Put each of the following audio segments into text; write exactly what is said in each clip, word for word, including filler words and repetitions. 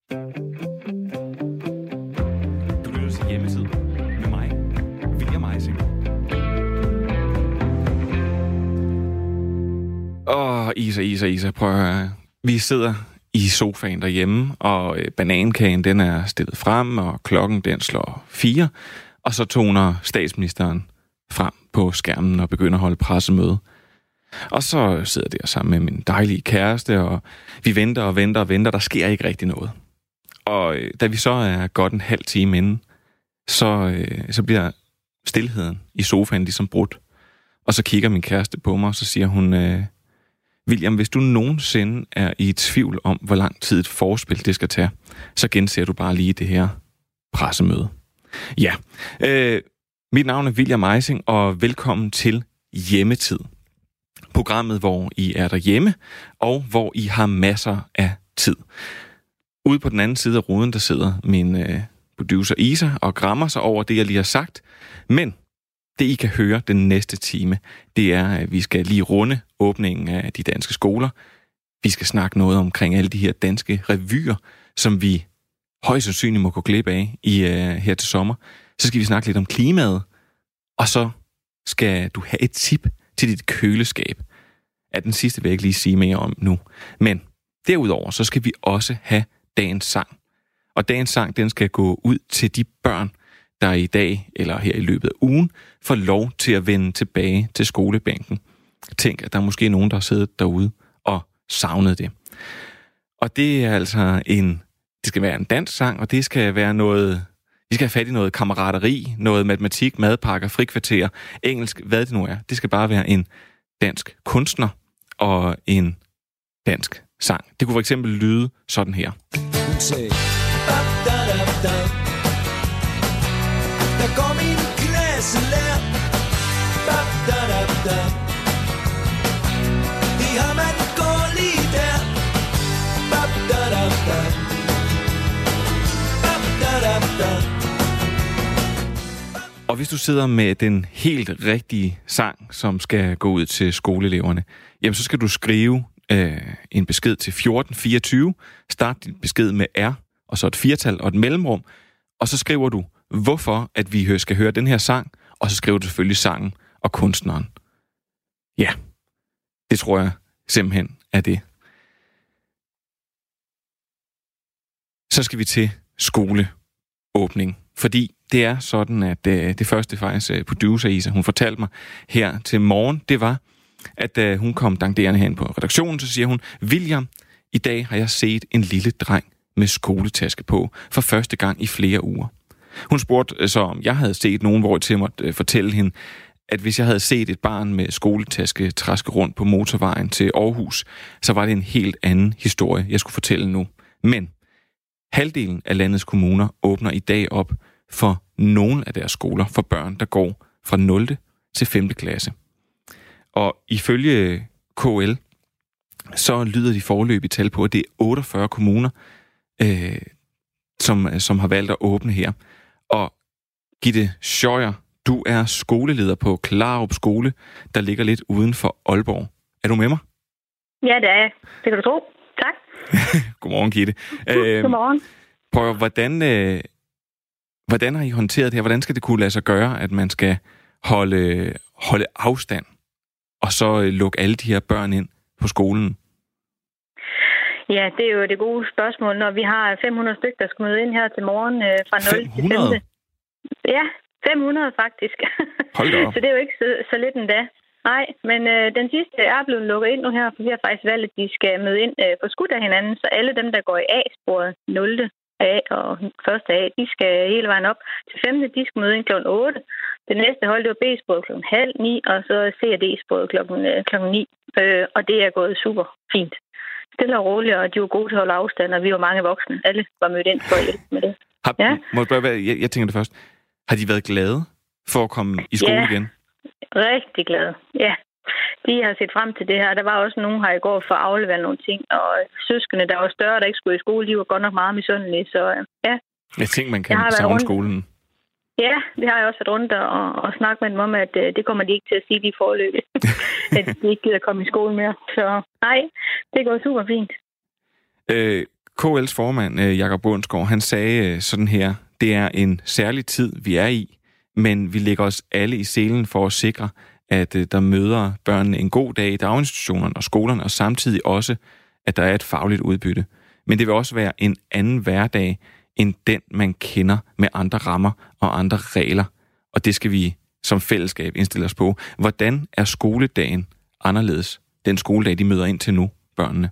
Du lytter til Hjemmetid med mig, William Eising. Åh, Isa, Isa, Isa, prøv at høre. Vi sidder i sofaen derhjemme, og øh, banankagen, den er stillet frem, og klokken, den slår fire. Og så toner statsministeren frem på skærmen og begynder at holde pressemøde. Og så sidder jeg der sammen med min dejlige kæreste, og vi venter og venter og venter. Der sker ikke rigtig noget. Og øh, da vi så er godt en halv time inde, så, øh, så bliver stilheden i sofaen ligesom brudt. Og så kigger min kæreste på mig, og så siger hun, øh, William, hvis du nogensinde er i tvivl om, hvor lang tid et forspil det skal tage, så genser du bare lige det her pressemøde. Ja, øh, mit navn er William Eising, og velkommen til Hjemmetid. Programmet, hvor I er derhjemme, og hvor I har masser af tid. Ude på den anden side af ruden, der sidder min øh, producer Isa og grammer sig over det, jeg lige har sagt. Men det, I kan høre den næste time, det er, at vi skal lige runde åbningen af de danske skoler. Vi skal snakke noget omkring alle de her danske revyer, som vi højst sandsynligt må gå glip af i, uh, her til sommer. Så skal vi snakke lidt om klimaet, og så skal du have et tip til dit køleskab. Ja, den sidste vil jeg ikke lige sige mere om nu. Men derudover, så skal vi også have dagens sang. Og dagens sang, den skal gå ud til de børn, der i dag, eller her i løbet af ugen, får lov til at vende tilbage til skolebænken. Tænk, at der er måske nogen, der har siddet derude og savnet det. Og det er altså en, det skal være en dansk sang, og det skal være noget, vi skal have fat i noget kammerateri, noget matematik, madpakker, frikvarter, engelsk, hvad det nu er. Det skal bare være en dansk kunstner og en dansk sang. Det kunne for eksempel lyde sådan her. Der går min klasselærer. Det har man går lige der. Og hvis du sidder med den helt rigtige sang, som skal gå ud til skoleeleverne, jamen så skal du skrive øh, en besked til fjorten fireogtyve. Start din besked med R, og så et firtal og et mellemrum. Og så skriver du, hvorfor at vi skal høre den her sang, og så skriver du selvfølgelig sangen og kunstneren. Ja, det tror jeg simpelthen er det. Så skal vi til skoleåbning, fordi det er sådan, at øh, det første faktisk øh, producer Isa, hun fortalte mig her til morgen, det var, at øh, hun kom dankderende hen på redaktionen, så siger hun, William, i dag har jeg set en lille dreng med skoletaske på for første gang i flere uger. Hun spurgte så, om jeg havde set nogen, hvor jeg til måtte fortælle hende, at hvis jeg havde set et barn med skoletaske traske rundt på motorvejen til Aarhus, så var det en helt anden historie, jeg skulle fortælle nu. Men halvdelen af landets kommuner åbner i dag op for nogle af deres skoler for børn, der går fra nul til femte klasse. Og ifølge K L, så lyder de foreløbige tal på, at det er otteogfyrre kommuner, øh, som, som har valgt at åbne her. Og Gitte Scheuer, du er skoleleder på Klarup Skole, der ligger lidt uden for Aalborg. Er du med mig? Ja, det er jeg. Det kan du tro. Tak. Godmorgen, Gitte. Godmorgen. Prøv, hvordan, øh, hvordan har I håndteret det her? Hvordan skal det kunne lade sig gøre, at man skal holde, holde afstand, og så øh, lukke alle de her børn ind på skolen? Ja, det er jo det gode spørgsmål, når vi har fem hundrede stykker, der skal møde ind her til morgen øh, fra nul til femte. Ja, fem hundrede faktisk. Hold da op. Så det er jo ikke så, så lidt endda. Nej, men øh, den sidste er blevet lukket ind nu her, for vi har faktisk valgt, at de skal møde ind øh, på skud af hinanden, så alle dem, der går i A-sporet, nul A og første A, de skal hele vejen op til femte, de skal møde ind klokken otte. Det næste hold, det var B-sporet klokken halv ni, og så C og D-sporet klokken, øh, klokken ni. Øh, og det er gået super fint. Stille og roligt, og de var gode til at holde afstand, og vi var mange voksne. Alle var mødt ind for at hjælpe med det. Har, ja? Må jeg, spørge, jeg, jeg tænker det først. Har de været glade for at komme i skole ja, igen? Rigtig glade. Ja, de har set frem til det her. Der var også nogen her i går for at aflevere nogle ting, og søskende, der var større, der ikke skulle i skole, de var godt nok meget misundelige, så ja. Jeg tænker, man kan savne skolen. Ja, det har jeg også været rundt og, og snakket med dem om, at uh, det kommer de ikke til at sige, de foreløbig. at de ikke gider komme i skole mere. Så nej, det går super fint. Øh, K L's formand, Jakob Bundsgaard, han sagde sådan her: det er en særlig tid, vi er i, men vi lægger os alle i selen for at sikre, at der møder børnene en god dag i daginstitutionerne og skolerne, og samtidig også, at der er et fagligt udbytte. Men det vil også være en anden hverdag, end den, man kender med andre rammer og andre regler. Og det skal vi som fællesskab indstille os på. Hvordan er skoledagen anderledes? Den skoledag, de møder ind til nu, børnene.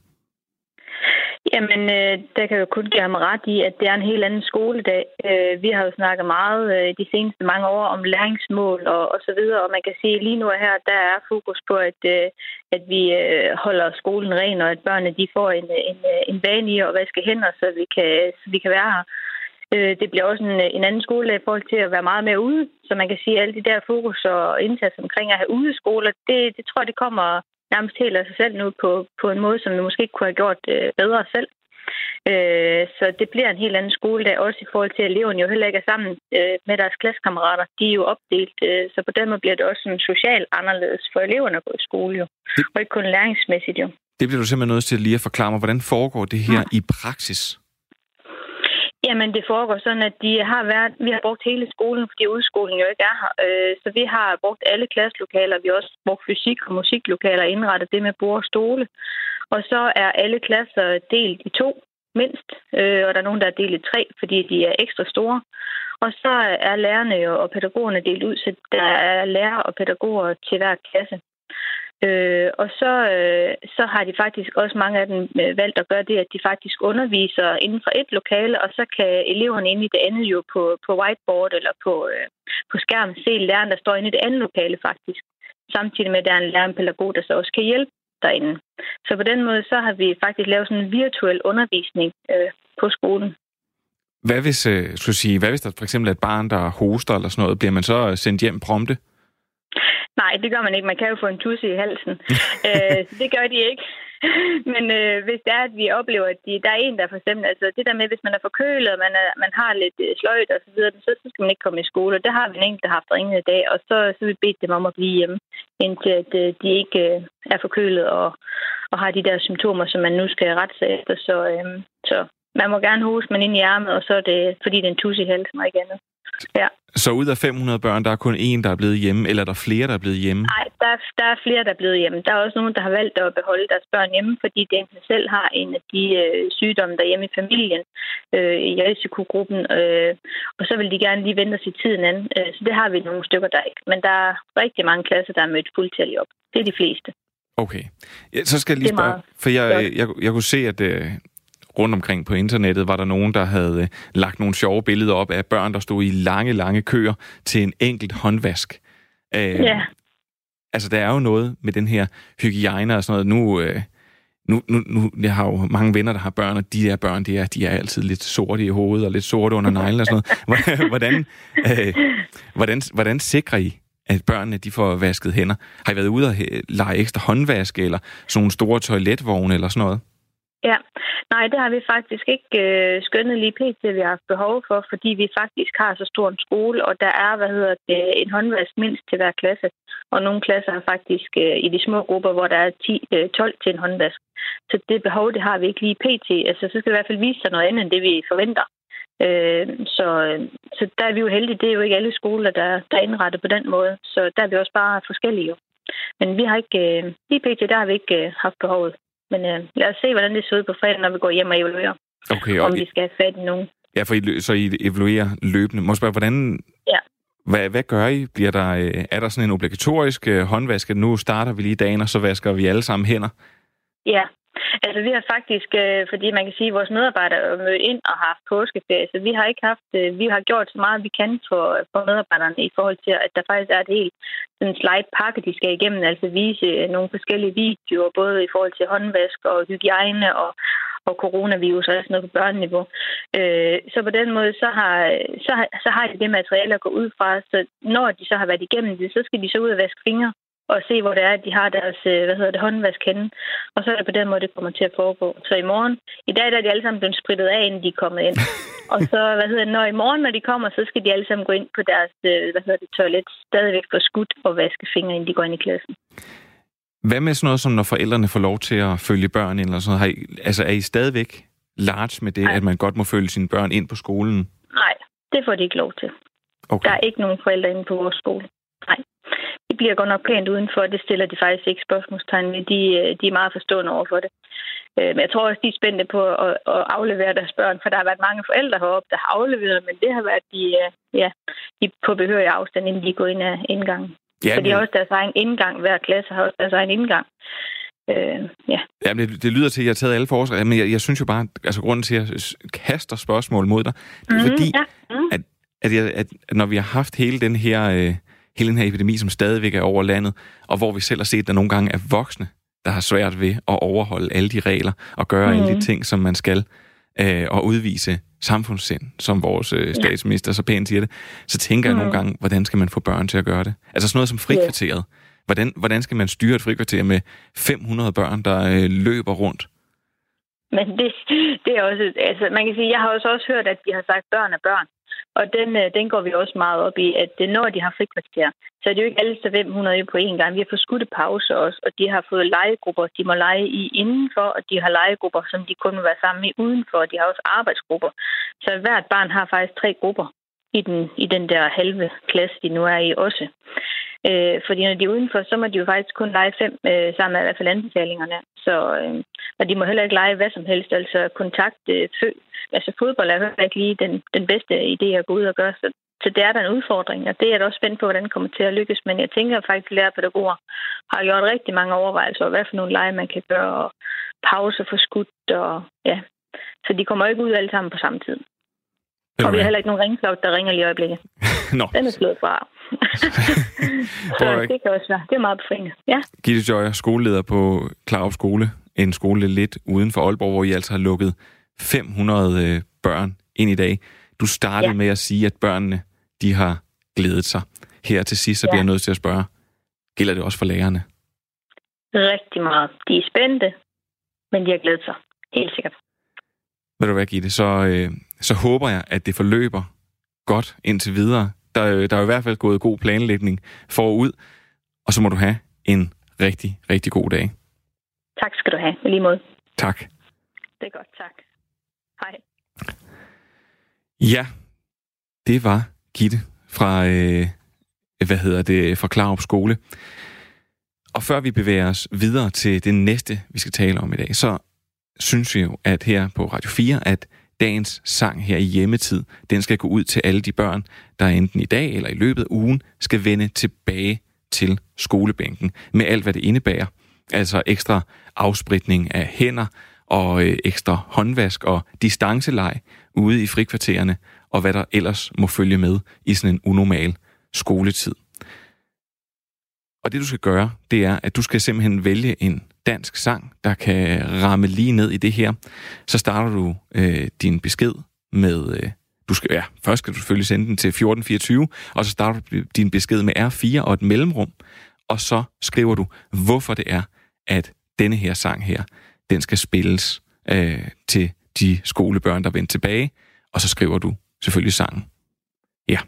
Jamen, øh, der kan jo kun give ham ret i, at det er en helt anden skoledag. Øh, vi har jo snakket meget øh, de seneste mange år om læringsmål og, og så videre, og man kan sige, at lige nu her, der er fokus på, at, øh, at vi øh, holder skolen ren, og at børnene de får en, en, en vane i at vaske hænder, så vi kan, så vi kan være her. Øh, det bliver også en, en anden skoledag i forhold til at være meget mere ude, så man kan sige, at alle de der fokus og indsats omkring at have udeskoler, det, det tror jeg, det kommer nærmest helt af sig selv nu på, på en måde, som vi måske ikke kunne have gjort øh, bedre selv. Øh, så det bliver en helt anden skoledag, også i forhold til, at eleverne jo heller ikke er sammen øh, med deres klassekammerater. De er jo opdelt, øh, så på den måde bliver det også sådan socialt anderledes for eleverne at gå i skole, jo. Det, og ikke kun læringsmæssigt, jo. Det bliver du simpelthen nødt til lige at forklare mig. Hvordan foregår det her ja. i praksis? Jamen, det foregår sådan, at de har været, vi har brugt hele skolen, fordi udskolingen jo ikke er her. Øh, så vi har brugt alle klasselokaler. Vi har også brugt fysik- og musiklokaler og indrettet det med bord og stole. Og så er alle klasser delt i to, mindst. Øh, og der er nogen, der er delt i tre, fordi de er ekstra store. Og så er lærerne og pædagogerne delt ud, så der er lærere og pædagoger til hver klasse. Øh, og så, øh, så har de faktisk også mange af dem øh, valgt at gøre det, at de faktisk underviser inden for et lokale, og så kan eleverne inde i det andet jo på, på whiteboard eller på, øh, på skærmen se læreren, der står inde i det andet lokale faktisk. Samtidig med, at der er en lærer en pædagog, der så også kan hjælpe derinde. Så på den måde, så har vi faktisk lavet sådan en virtuel undervisning øh, på skolen. Hvad hvis, øh, skulle sige, hvad hvis der for eksempel er et barn, der hoster eller sådan noget? Bliver man så sendt hjem prompte? Nej, det gør man ikke. Man kan jo få en tusse i halsen. øh, det gør de ikke. Men øh, hvis det er, at vi oplever, at de, der er en, der for eksempel, altså det der med, hvis man er forkølet, og man, er, man har lidt øh, sløjt og så videre, så, så skal man ikke komme i skole. Og det har vi en enkelt, der har haft ringet i dag, og så, så vil vi bede dem om at blive hjemme, indtil at øh, de ikke øh, er forkølet og, og har de der symptomer, som man nu skal rette sig efter. Så, øh, så man må gerne hoste, men ind i armet, og så er det, fordi det er en tusse i halsen og ikke andet. Ja. Så ud af fem hundrede børn, der er kun én, der er blevet hjemme, eller er der flere, der er blevet hjemme? Nej, der er, der er flere, der er blevet hjemme. Der er også nogen, der har valgt at beholde deres børn hjemme, fordi de enten selv har en af de øh, sygdomme derhjemme i familien, øh, i risikogruppen, øh, og så vil de gerne lige vente sig tiden an. Øh, så det har vi nogle stykker, der ikke. Men der er rigtig mange klasser, der er mødt fuldtændig op. Det er de fleste. Okay. Ja, så skal jeg lige spørge, for jeg, jeg, jeg, jeg kunne se, at Øh... rundt omkring på internettet var der nogen, der havde øh, lagt nogle sjove billeder op af børn, der stod i lange, lange køer til en enkelt håndvask. Øh, ja. Altså, der er jo noget med den her hygiejne og sådan noget. Nu, øh, nu, nu, nu, jeg har jo mange venner, der har børn, og de der børn, de er, de er altid lidt sorte i hovedet og lidt sorte under neglen og sådan noget. Hvordan, øh, hvordan, hvordan sikrer I, at børnene de får vasket hænder? Har I været ude og lege ekstra håndvask, eller sådan nogle store toiletvogne eller sådan noget? Ja, nej, det har vi faktisk ikke øh, skønnet lige pt. Vi har haft behov for, fordi vi faktisk har så stor en skole, og der er, hvad hedder det, en håndvask mindst til hver klasse. Og nogle klasser er faktisk øh, i de små grupper, hvor der er ti til tolv til en håndvask. Så det behov, det har vi ikke lige pt. Altså, så skal det i hvert fald vise sig noget andet, end det vi forventer. Øh, så, så der er vi jo heldige. Det er jo ikke alle skoler, der, der er indrettet på den måde. Så der er vi også bare forskellige. Men vi har ikke, øh, lige pt. Der har vi ikke øh, haft behovet. Men øh, lad os se, hvordan det ser ud på fredag, når vi går hjem og evaluerer. Okay, om vi skal have fat i nogen. Ja, for I, så I evaluerer løbende. Må jeg spørge, hvordan... Ja. Hvad, hvad gør I? Bliver der, er der sådan en obligatorisk øh, håndvask? Nu starter vi lige dagen, og så vasker vi alle sammen hænder? Ja. Altså, vi har faktisk, øh, fordi man kan sige, at vores medarbejdere er mødt ind og har haft påskeferie, så vi har ikke haft, øh, vi har gjort så meget, vi kan for, for medarbejderne i forhold til, at der faktisk er et helt sådan slide-pakke, de skal igennem, altså vise nogle forskellige videoer, både i forhold til håndvask og hygiejne og, og coronavirus og sådan noget på børneniveau. Øh, så på den måde, så har, så, har, så har de det materiale at gå ud fra, så når de så har været igennem det, så skal de så ud og vaske fingre og se, hvor det er, at de har deres hvad hedder det, håndvask henne. Og så er det på den måde, det kommer til at foregå. Så i morgen, i dag der er de alle sammen blevet spritet af, inden de er kommet ind. Og så, hvad hedder det, når i morgen, når de kommer, så skal de alle sammen gå ind på deres hvad hedder det, toilet, stadigvæk for skudt og vaske fingre, inden de går ind i klassen. Hvad med sådan noget, som når forældrene får lov til at følge børn ind eller sådan noget? Har I, altså, er I stadigvæk large med det, Nej. At man godt må følge sine børn ind på skolen? Nej, det får de ikke lov til. Okay. Der er ikke nogen forældre inde på vores skole. Nej. De bliver godt nok pænt udenfor, det stiller de faktisk ikke spørgsmålstegn ved. De, de er meget forstående over for det. Men jeg tror også, de er spændte på at, at aflevere deres børn, for der har været mange forældre heroppe, der har afleveret, men det har været de, ja, de på behørig afstand, inden de går ind af indgangen. Ja, så de har også deres egen indgang. Hver klasse har også deres egen indgang. Øh, ja. Jamen, det, det lyder til, at jeg har taget alle forskere, men jeg, jeg synes jo bare, altså grunden til, at jeg kaster spørgsmål mod dig, det er mm, fordi, ja. mm. at, at, jeg, at når vi har haft hele den her... Øh, hele den her epidemi, som stadigvæk er over landet, og hvor vi selv har set, at der nogle gange er voksne, der har svært ved at overholde alle de regler, og gøre mm. alle de ting, som man skal, øh, og udvise samfundssind, som vores øh, statsminister så pænt siger det, så tænker mm. jeg nogle gange, hvordan skal man få børn til at gøre det? Altså sådan noget som frikvarteret. Hvordan, hvordan skal man styre et frikvarter med fem hundrede børn, der øh, løber rundt? Men det, det er også, altså man kan sige, jeg har også, også hørt, at de har sagt, børn er børn. Og den, den går vi også meget op i, at når de har frikvarter, så er det jo ikke alle så fem hundrede på én gang. Vi har fået skudte pauser også, og de har fået legegrupper, de må lege i indenfor, og de har legegrupper, som de kun må være sammen i udenfor, og de har også arbejdsgrupper. Så hvert barn har faktisk tre grupper i den, i den der halve klasse, de nu er i også. Øh, fordi når de er udenfor, så må de jo faktisk kun lege fem øh, sammen med i hvert fald anbefalingerne. Så, øh, og de må heller ikke lege hvad som helst, altså kontakt øh, fø. Altså fodbold er heller ikke lige den, den bedste idé at gå ud og gøre, så, så det er der en udfordring, og det er da også spændt på, hvordan det kommer til at lykkes. Men jeg tænker faktisk, at lærerpædagoger har gjort rigtig mange overvejelser over, hvad for nogle lege man kan gøre, og pause for skudt, og ja. Så de kommer ikke ud alle sammen på samme tid. Og vi har heller ikke nogen ringklokke, der ringer lige i øjeblikket. Nå. Den er slået fra. Så det kan også være. Det er meget befriende. Ja. Gitte Joy, skoleleder på Klarup Skole, en skole lidt uden for Aalborg, hvor I altså har lukket fem hundrede børn ind i dag. Du startede ja. med at sige, at børnene, de har glædet sig. Her til sidst, så bliver ja. jeg nødt til at spørge, gælder det også for lærerne? Rigtig meget. De er spændte, men de har glædet sig. Helt sikkert. Ved du hvad, Gitte, så, øh, så håber jeg, at det forløber godt indtil videre. Der, der er i hvert fald gået god planlægning forud, og så må du have en rigtig, rigtig god dag. Tak skal du have, i lige måde. Tak. Det er godt, tak. Hej. Ja, det var Gitte fra, øh, hvad hedder det, fra Klarup Skole. Og før vi bevæger os videre til det næste, vi skal tale om i dag, så synes vi jo, at her på Radio fire, at dagens sang her i hjemmetid, den skal gå ud til alle de børn, der enten i dag eller i løbet af ugen skal vende tilbage til skolebænken med alt, hvad det indebærer. Altså ekstra afspritning af hænder og øh, ekstra håndvask og distanceleg ude i frikvartererne og hvad der ellers må følge med i sådan en unormal skoletid. Og det du skal gøre, det er, at du skal simpelthen vælge en dansk sang, der kan ramme lige ned i det her. Så starter du øh, din besked med... Øh, du skal, ja, først skal du selvfølgelig sende den til fjorten fireogtyve, og så starter du din besked med R fire og et mellemrum, og så skriver du, hvorfor det er, at denne her sang her, den skal spilles øh, til de skolebørn, der vender tilbage, og så skriver du selvfølgelig sangen. Ja.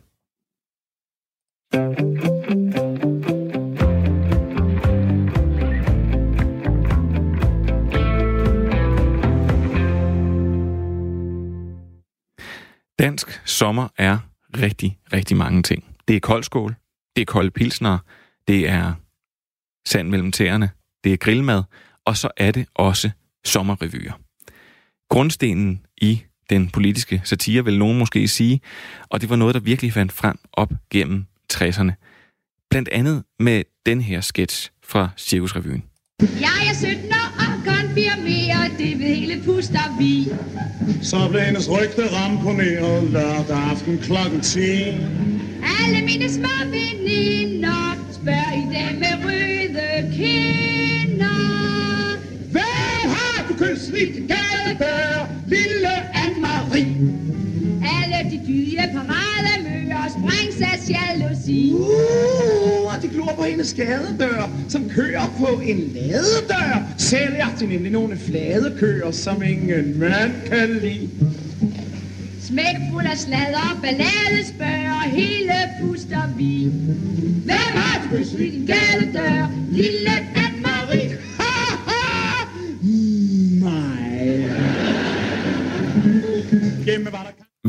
Dansk sommer er rigtig, rigtig mange ting. Det er koldskål, det er kolde pilsner, det er sand mellem tæerne, det er grillmad, og så er det også sommerrevyer. Grundstenen i den politiske satire, vil nogen måske sige, og det var noget, der virkelig fandt frem op gennem tresserne. Blandt andet med den her sketch fra Cirkusrevyen. Jeg er sytten år og konfirmerer, det ved hele puster vi. Så blev hendes rygte ramponeret lørdag aften klokken ti. Alle mine små veninder spørger i dag med røde kinder. Hvem har du kysset i dit gadebør, lille Anne-Marie? Alle de dyre parademøer sprængs af jalousi. Uh, og de glor på hendes gadedør, som kører på en ladedør. Selv er til nemlig nogle flade køer, som ingen mand kan lide. Smækfuld af sladder og ballade spørger hele puster vi. Hvem har du kysset i din gadedør, lille Anne-Marie? Nej.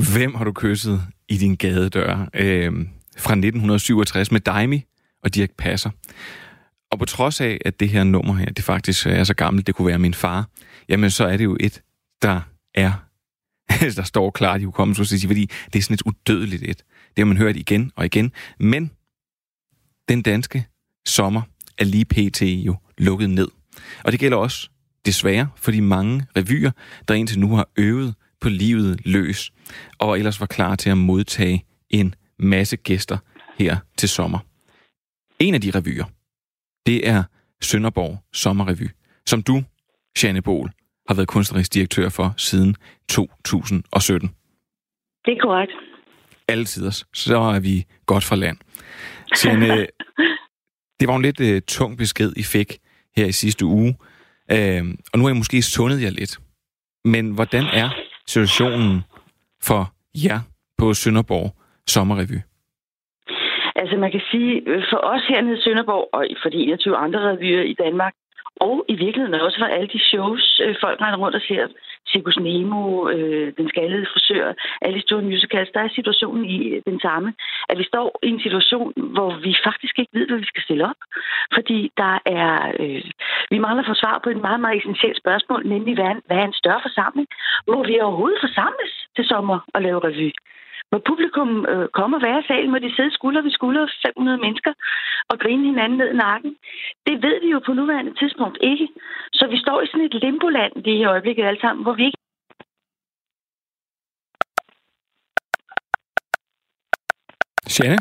Hvem har du kysset i din gadedør? Øh, fra nitten syvogtres med Daimi og Dirch Passer. Og på trods af, at det her nummer her, det faktisk er så gammelt, det kunne være min far, jamen så er det jo et, der er, der står klart i hukommelsen, fordi det er sådan et udødeligt et. Det har man hørt igen og igen. Men den danske sommer er lige pt. Jo lukket ned. Og det gælder også, desværre, for de mange revyer, der indtil nu har øvet på livet løs, og ellers var klar til at modtage en masse gæster her til sommer. En af de revyer, det er Sønderborg Sommerrevy, som du, Jeanne Bohl, har været kunstnerisk direktør for siden to tusind og sytten. Det er korrekt. Altiders, så er vi godt fra land. Jeanne, det var en lidt uh, tung besked, I fik her i sidste uge, uh, og nu har jeg måske sundet jer lidt. Men hvordan er situationen for jer på Sønderborg Sommerrevy? Altså man kan sige, for os hernede i Sønderborg, og for de enogtyve andre revyer i Danmark, og i virkeligheden også for alle de shows, folk render rundt og ser, Cirkus Nemo, øh, Den skaldede frisør, alle de store musicals, der er situationen i den samme, at vi står i en situation, hvor vi faktisk ikke ved, hvad vi skal stille op. Fordi der er, øh, vi mangler for svar på et meget, meget essentielt spørgsmål, nemlig hvad er, en, hvad er en større forsamling? Må vi overhovedet forsamles til sommer og lave revy? Må publikum øh, komme og være i salen, må de sidde skulder ved skulder, fem hundrede mennesker, og grine hinanden ned i nakken. Det ved vi jo på nuværende tidspunkt ikke. Så vi står i sådan et limboland i det her øjeblikket alle sammen, hvor vi ikke... Jeanne?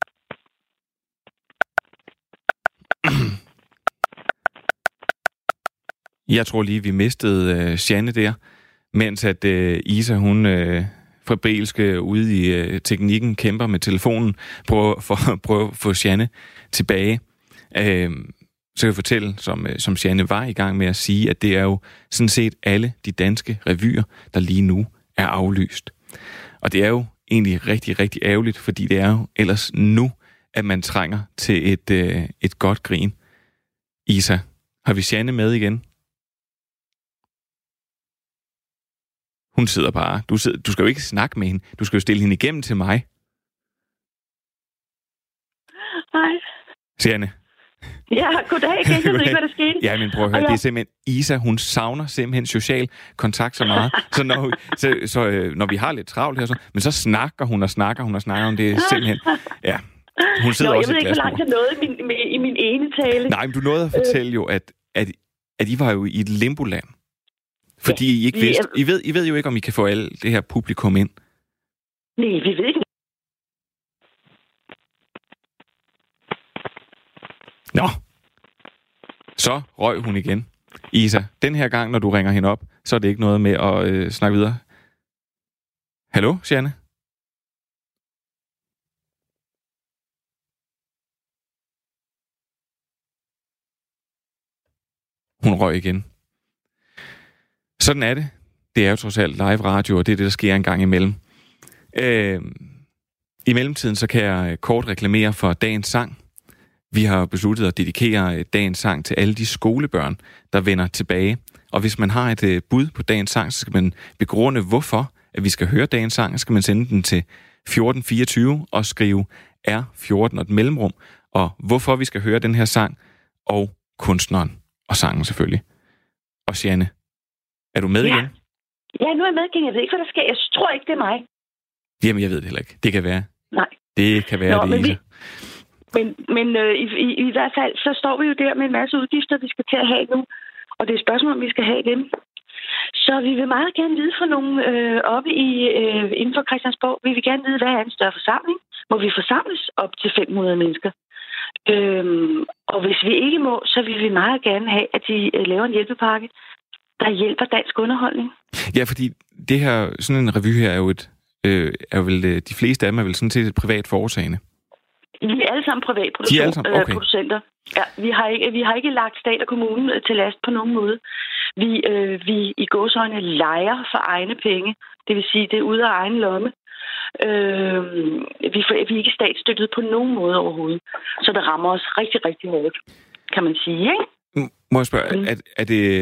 Jeg tror lige, vi mistede uh, Jeanne der, mens at uh, Isa, hun... Uh febrilske ude i øh, teknikken, kæmper med telefonen, prøver for at prøve at få Jeanne tilbage. Øh, så kan jeg fortælle, som, øh, som Jeanne var i gang med at sige, at det er jo sådan set alle de danske revyer, der lige nu er aflyst. Og det er jo egentlig rigtig, rigtig ærgerligt, fordi det er jo ellers nu, at man trænger til et, øh, et godt grin. Isa, har vi Jeanne med igen? Hun sidder bare. Du, sidder, du skal jo ikke snakke med hende. Du skal jo stille hende igennem til mig. Hej. Jeanne. Ja, goddag igen. Jeg ved ikke, hvad der skete. Ja, men prøv at høre. Det er simpelthen Isa, hun savner simpelthen social kontakt så meget. Så når, så, så, øh, når vi har lidt travlt her, så, men så snakker hun og snakker hun og snakker hun. Det er simpelthen... Ja. Hun sidder Nå, også jeg ved ikke, hvor langt jeg nåede i min, i min ene tale. Nej, men du nåede at fortælle jo, at, at, at I var jo i et limboland. Fordi ja, I ikke vidste. I ved, I ved jo ikke, om I kan få alle det her publikum ind. Nej, vi ved ikke. Nå. Så røg hun igen. Isa, den her gang, når du ringer hende op, så er det ikke noget med at øh, snakke videre. Hallo, Jeanne? Hun røg igen. Sådan er det. Det er jo trods alt live radio, og det er det, der sker en gang imellem. Øh, I mellemtiden så kan jeg kort reklamere for dagens sang. Vi har besluttet at dedikere dagens sang til alle de skolebørn, der vender tilbage. Og hvis man har et bud på dagens sang, så skal man begrunde, hvorfor at vi skal høre dagens sang. Så skal man sende den til fjorten fireogtyve og skrive R fjorten og et mellemrum. Og hvorfor vi skal høre den her sang, og kunstneren og sangen selvfølgelig. Og Jeanne, er du med ja. igen? Ja, nu er jeg med igen. Jeg ved ikke, hvad der sker. Jeg tror ikke, det er mig. Jamen, jeg ved det heller ikke. Det kan være. Nej. Det kan være, Nå, det, Isa. Vi... Men, men øh, i, i, i hvert fald, så står vi jo der med en masse udgifter, vi skal til at have nu. Og det er et spørgsmål, om vi skal have dem. Så vi vil meget gerne vide fra nogen øh, oppe i, øh, inden for Christiansborg. Vi vil gerne vide, hvad er en større forsamling? Må vi forsamles op til fem hundrede mennesker? Øhm, og hvis vi ikke må, så vil vi meget gerne have, at de øh, laver en hjælpepakke, der hjælper dansk underholdning. Ja, fordi det her, sådan en revy her er jo et, øh, er vel, de fleste af dem er vel sådan set et privat foretagende. Vi er alle sammen privatproducenter. De er alle sammen? Okay. Producenter. Ja, vi har ikke, vi har ikke lagt stat og kommune til last på nogen måde. Vi, øh, vi i gåseøjne lejer for egne penge. Det vil sige, det er ude af egen lomme. Øh, vi, vi er ikke statsstøttet på nogen måde overhovedet. Så det rammer os rigtig, rigtig hårdt, kan man sige, ikke? Må jeg spørge, mm. er, er, det,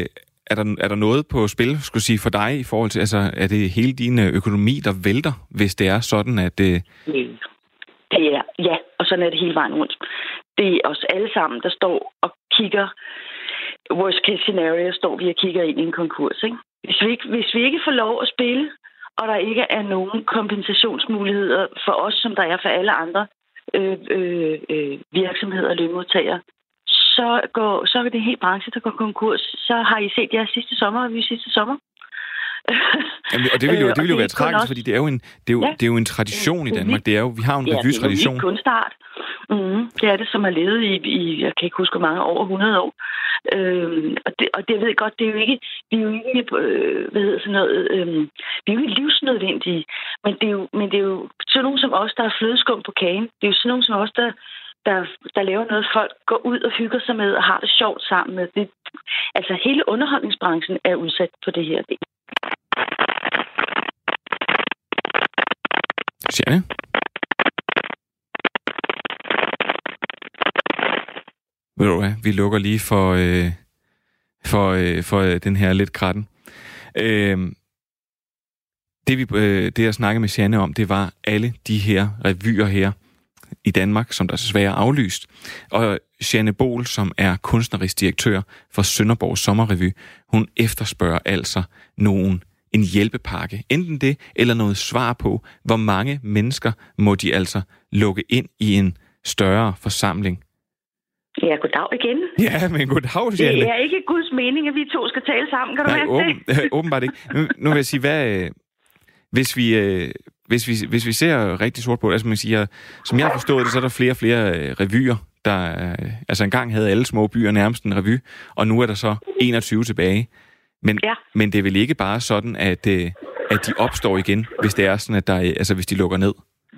er der, er der noget på spil, skulle sige, for dig i forhold til, altså, er det hele din økonomi, der vælter, hvis det er sådan, at... Øh... Det er, ja, og sådan er det hele vejen rundt. Det er os alle sammen, der står og kigger, worst case scenario, står vi og kigger ind i en konkurs, ikke? Hvis vi ikke, hvis vi ikke får lov at spille, og der ikke er nogen kompensationsmuligheder for os, som der er for alle andre øh, øh, øh, virksomheder og lønmodtagere, så, går, så er det en hel branche, der går konkurs. Så har I set jeres sidste sommer, og vi sidste sommer. Jamen, og det vil jo, det vil jo være tragisk, også... fordi det er jo en, det er jo, ja. det er jo en tradition i Danmark. Det er jo, vi har jo en ja, revytradition. Ja, det er jo kunstart. Mm, det er det, som har levet i, i, jeg kan ikke huske hvor mange, over hundrede år. Øhm, og, det, og det ved jeg godt, det er jo ikke, det er jo ikke øh, hvad hedder sådan noget, øhm, det er jo ikke livsnødvendigt, men det er jo, men det er jo sådan nogen som os, der er flødeskum på kagen. Det er jo sådan nogen som os, der Der, der laver noget, folk går ud og hygger sig med og har det sjovt sammen med. Det, altså, hele underholdningsbranchen er udsat på det her. Jeanne? Ved du hvad, vi lukker lige for, øh, for, øh, for øh, den her lidt kratten. Øh, det, vi, øh, det, jeg snakkede med Jeanne om, det var alle de her revyer her i Danmark, som der desværre er aflyst. Og Jeanne Bohl, som er kunstnerisk direktør for Sønderborg Sommerrevy, hun efterspørger altså nogen en hjælpepakke. Enten det, eller noget svar på, hvor mange mennesker må de altså lukke ind i en større forsamling. Ja, goddag igen. Ja, men goddag, Jeanne. Det er ikke Guds mening, at vi to skal tale sammen. Kan du Nej, mærke åben, det? Åbenbart ikke. Nu, nu vil jeg sige, hvad... Hvis vi... Øh, Hvis vi, hvis vi ser rigtig sort på det, altså man siger, som jeg har forstået det, så er der flere og flere øh, revyer, der øh, altså engang havde alle små byer nærmest en revy, og nu er der så enogtyve tilbage. Men, ja. men det er vel ikke bare sådan, at, øh, at de opstår igen, hvis det er sådan, at der, altså hvis de lukker ned?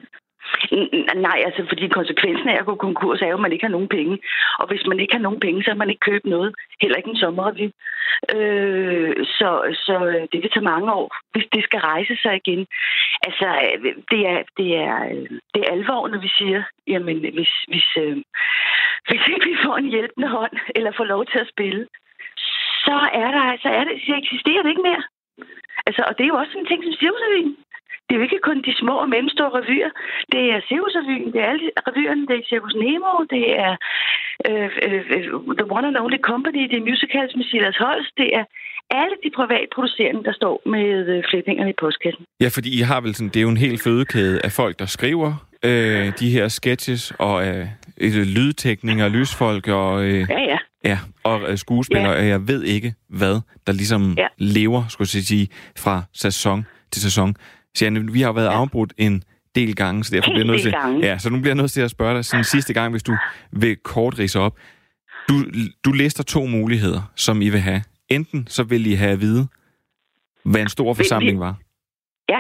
Nej, altså fordi konsekvensen af at gå konkurs er jo, at man ikke har nogen penge. Og hvis man ikke har nogen penge, så kan man ikke købe noget. Heller ikke en sommerrevy. Øh, så, så det vil tage mange år, hvis det skal rejse sig igen. Altså, det er, det er, det er alvor, når vi siger, jamen, hvis, hvis, øh, hvis ikke vi får en hjælpende hånd, eller får lov til at spille, så er der, så er det, så eksisterer det ikke mere. Altså, og det er jo også sådan en ting som Cirkusrevyen. Det er jo ikke kun de små og mellemstore revyer. Det er Cirkusrevyen, det er alle revyerne, det er Cirkus Nemo, det er øh, øh, The One and Only Company, det er musicals med Silas Holst, det er alle de privatproducerende, der står med øh, flætningerne i postkassen. Ja, fordi I har vel sådan, det er jo en hel fødekæde af folk, der skriver øh, de her sketches, og øh, lydtekninger, lysfolk, og, øh, ja, ja. Ja, og øh, skuespillere, ja. Jeg ved ikke, hvad der ligesom ja. lever, skulle jeg sige, fra sæson til sæson. Jeanne, vi har været ja. afbrudt en del gange, så derfor bliver nødt til, ja, så nu bliver jeg nødt til at spørge dig sådan sidste gang, hvis du vil kort ridse op. Du, du lister to muligheder, som I vil have. Enten så vil I have at vide, hvad en stor forsamling var. Ja.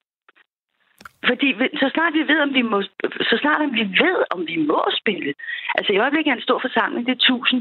Fordi så snart vi ved, om vi må, så snart vi ved, om vi må spille. Altså i øjeblikket er en stor forsamling, det er tusind.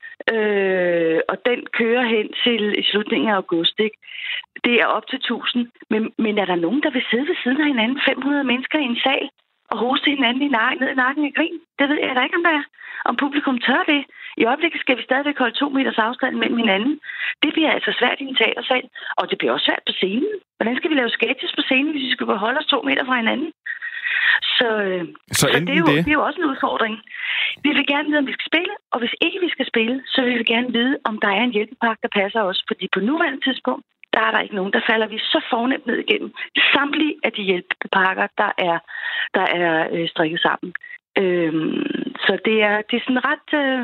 Øh, og den kører hen til i slutningen af august, ikke? Det er op til tusind. Men, men er der nogen, der vil sidde ved siden af hinanden, fem hundrede mennesker i en sal, og hoste hinanden i nakken, ned i nakken i grin? Det ved jeg da ikke, om der er. Om publikum tør det. I øjeblikket skal vi stadigvæk holde to meters afstand mellem hinanden. Det bliver altså svært i en teatersal, og det bliver også svært på scenen. Hvordan skal vi lave sketches på scenen, hvis vi skal holde os to meter fra hinanden? Så, så, så det, er jo, det. det er jo også en udfordring. Vi vil gerne vide, om vi skal spille, og hvis ikke vi skal spille, så vil vi gerne vide, om der er en hjælpepakke, der passer os. Fordi på nuværende tidspunkt, der er der ikke nogen, der falder vi så fornemt ned igennem. Samtlige af de hjælpepakker, der er, der er øh, strikket sammen. Øhm, så det er, det er sådan ret øh,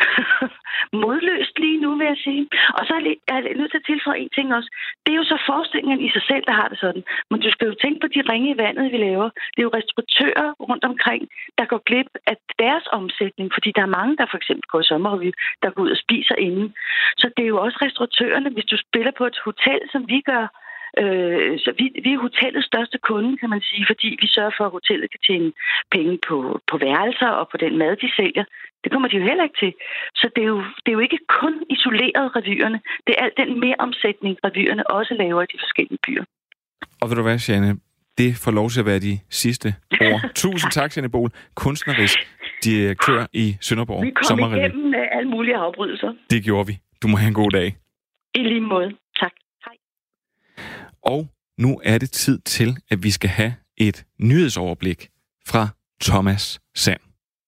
modløst lige nu, vil jeg sige. Og så er jeg nødt til at tilføje en ting også. Det er jo så forestillingen i sig selv, der har det sådan. Men du skal jo tænke på de ringe i vandet, vi laver. Det er jo restauratører rundt omkring, der går glip af deres omsætning. Fordi der er mange, der for eksempel går i sommerrevy, der går ud og spiser inden. Så det er jo også restauratørerne, hvis du spiller på et hotel, som vi gør. Øh, så vi, vi er hotellets største kunde, kan man sige, fordi vi sørger for, at hotellet kan tjene penge på, på værelser og på den mad, de sælger. Det kommer de jo heller ikke til. Så det er jo, det er jo ikke kun isoleret revyerne. Det er alt den meromsætning, revyerne også laver i de forskellige byer. Og ved du hvad, Jeanne? Det får lov til at være de sidste ord. Tusind tak, Jeanne Bohl, kunstnerisk direktør i Sønderborg Sommerrevy. Vi kom igennem alle mulige afbrydelser. Det gjorde vi. Du må have en god dag. I lige måde. Tak. Hej. Og nu er det tid til, at vi skal have et nyhedsoverblik fra Thomas Sand.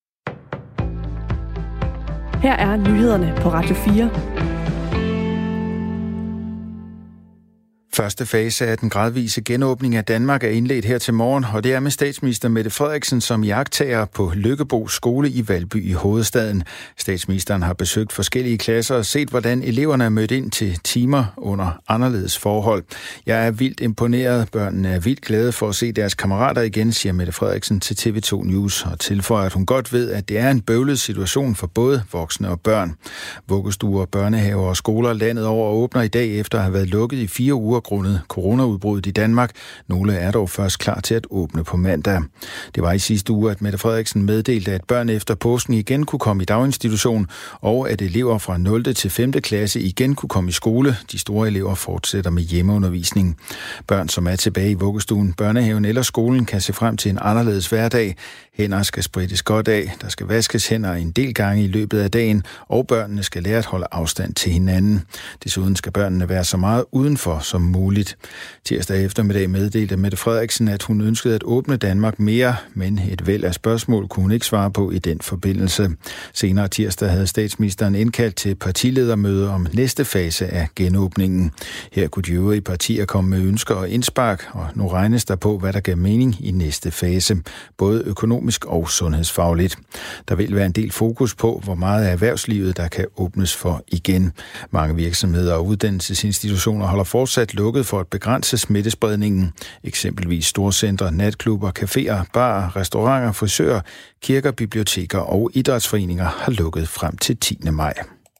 Her er nyhederne på Radio fire. Første fase af den gradvise genåbning af Danmark er indledt her til morgen, og det er med statsminister Mette Frederiksen som iagttager på Lykkebo skole i Valby i hovedstaden. Statsministeren har besøgt forskellige klasser og set, hvordan eleverne er mødt ind til timer under anderledes forhold. Jeg er vildt imponeret. Børnene er vildt glade for at se deres kammerater igen, siger Mette Frederiksen til T V to News, og tilføjer, at hun godt ved, at det er en bøvlet situation for både voksne og børn. Vuggestuer, børnehaver og skoler landet over åbner i dag efter at have været lukket i fire uger grundet coronaudbruddet i Danmark. Nogle er dog først klar til at åbne på mandag. Det var i sidste uge, at Mette Frederiksen meddelte, at børn efter påsken igen kunne komme i daginstitution, og at elever fra nul til femte klasse igen kunne komme i skole. De store elever fortsætter med hjemmeundervisning. Børn, som er tilbage i vuggestuen, børnehaven eller skolen, kan se frem til en anderledes hverdag. Hænder skal sprittes godt af, der skal vaskes hænder en del gange i løbet af dagen, og børnene skal lære at holde afstand til hinanden. Desuden skal børnene være så meget udenfor som muligt. Tirsdag eftermiddag meddelte Mette Frederiksen, at hun ønskede at åbne Danmark mere, men et væld af spørgsmål kunne hun ikke svare på i den forbindelse. Senere tirsdag havde statsministeren indkaldt til partiledermøde om næste fase af genåbningen. Her kunne de øvrige partier komme med ønsker og indspark, og nu regnes der på, hvad der gav mening i næste fase, både økonomisk og sundhedsfagligt. Der vil være en del fokus på, hvor meget af erhvervslivet, der kan åbnes for igen. Mange virksomheder og uddannelsesinstitutioner holder fortsat lukket for at begrænse smittespredningen. Eksempelvis storcentre, natklubber, caféer, barer, restauranter, frisører, kirker, biblioteker og idrætsforeninger har lukket frem til tiende maj.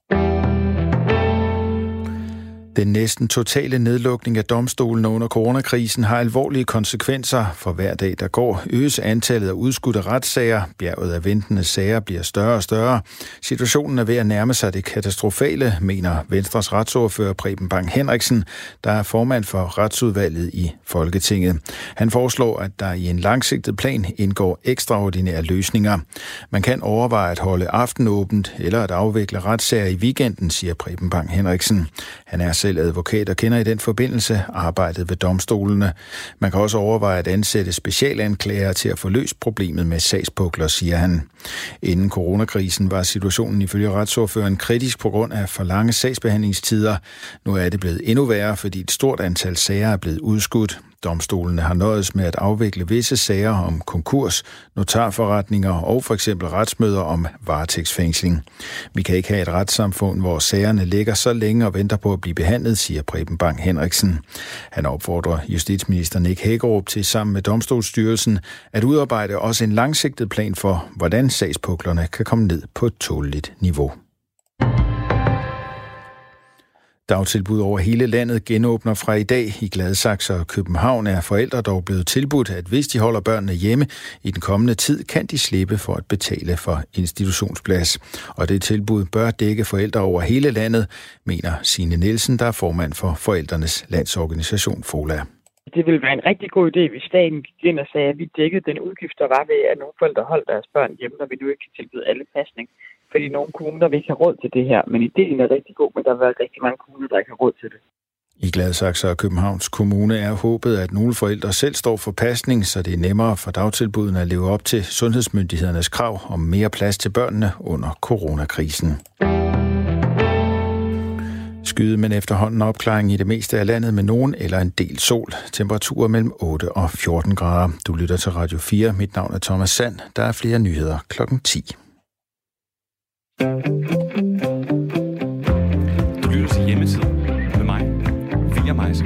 Den næsten totale nedlukning af domstolen under coronakrisen har alvorlige konsekvenser. For hver dag, der går, øges antallet af udskudte retssager. Bjerget af ventende sager bliver større og større. Situationen er ved at nærme sig det katastrofale, mener Venstres retsordfører Preben Bang Henriksen, der er formand for retsudvalget i Folketinget. Han foreslår, at der i en langsigtet plan indgår ekstraordinære løsninger. Man kan overveje at holde aftenåbent eller at afvikle retssager i weekenden, siger Preben Bang Henriksen. Han er selv advokat og kender i den forbindelse arbejdet ved domstolene. Man kan også overveje at ansætte specialanklager til at få løst problemet med sagspukler, siger han. Inden coronakrisen var situationen ifølge retsordføreren kritisk på grund af for lange sagsbehandlingstider. Nu er det blevet endnu værre, fordi et stort antal sager er blevet udskudt. Domstolene har nøjes med at afvikle visse sager om konkurs, notarforretninger og for eksempel retsmøder om varetægtsfængsling. Vi kan ikke have et retssamfund, hvor sagerne ligger så længe og venter på at blive behandlet, siger Preben Bang Henriksen. Han opfordrer justitsminister Nick Hækkerup til sammen med Domstolsstyrelsen at udarbejde også en langsigtet plan for, hvordan sagspuklerne kan komme ned på et tåleligt niveau. Dagtilbud over hele landet genåbner fra i dag. I Gladsaxe og København er forældre dog blevet tilbudt, at hvis de holder børnene hjemme i den kommende tid, kan de slippe for at betale for institutionsplads. Og det tilbud bør dække forældre over hele landet, mener Signe Nielsen, der er formand for Forældrenes Landsorganisation FOLA. Det ville være en rigtig god idé, hvis staten gik ind og sagde, at vi dækkede den udgift, der var ved, at nogle forældre holdt deres børn hjemme, når vi nu ikke kan tilbyde alle pasning. Fordi nogle kommuner vil ikke have råd til det her, men ideen er rigtig god, men der vil være rigtig mange kommuner, der ikke har råd til det. I Gladsaxe og Københavns Kommune er håbet, at nogle forældre selv står for pasning, så det er nemmere for dagtilbudene at leve op til sundhedsmyndighedernes krav om mere plads til børnene under coronakrisen. Skyde, men efterhånden opklaring i det meste af landet med nogen eller en del sol. Temperaturer mellem otte og fjorten grader. Du lytter til Radio fire. Mit navn er Thomas Sand. Der er flere nyheder klokken ti. Du lytter til Hjemmetid med mig, William Meising.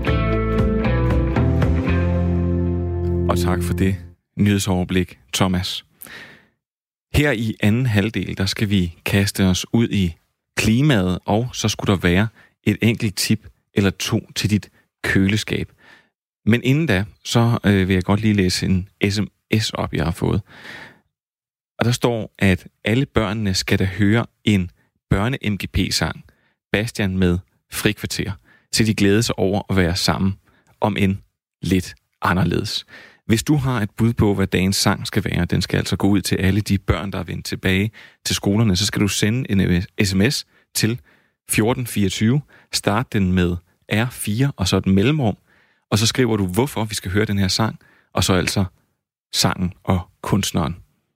Og tak for det nyhedsoverblik, Thomas. Her i anden halvdel, der skal vi kaste os ud i klimaet, og så skulle der være et enkelt tip eller to til dit køleskab. Men inden da, så øh, vil jeg godt lige læse en sms op, jeg har fået. Og der står, at alle børnene skal da høre en børne-M G P-sang, Bastian med Frikvarter, til de glæder sig over at være sammen, om end lidt anderledes. Hvis du har et bud på, hvad dagens sang skal være, den skal altså gå ud til alle de børn, der er vendt tilbage til skolerne, så skal du sende en sms til fjorten fireogtyve. Start den med R fire og så et mellemrum. Og så skriver du, hvorfor vi skal høre den her sang. Og så altså sangen og kunstneren.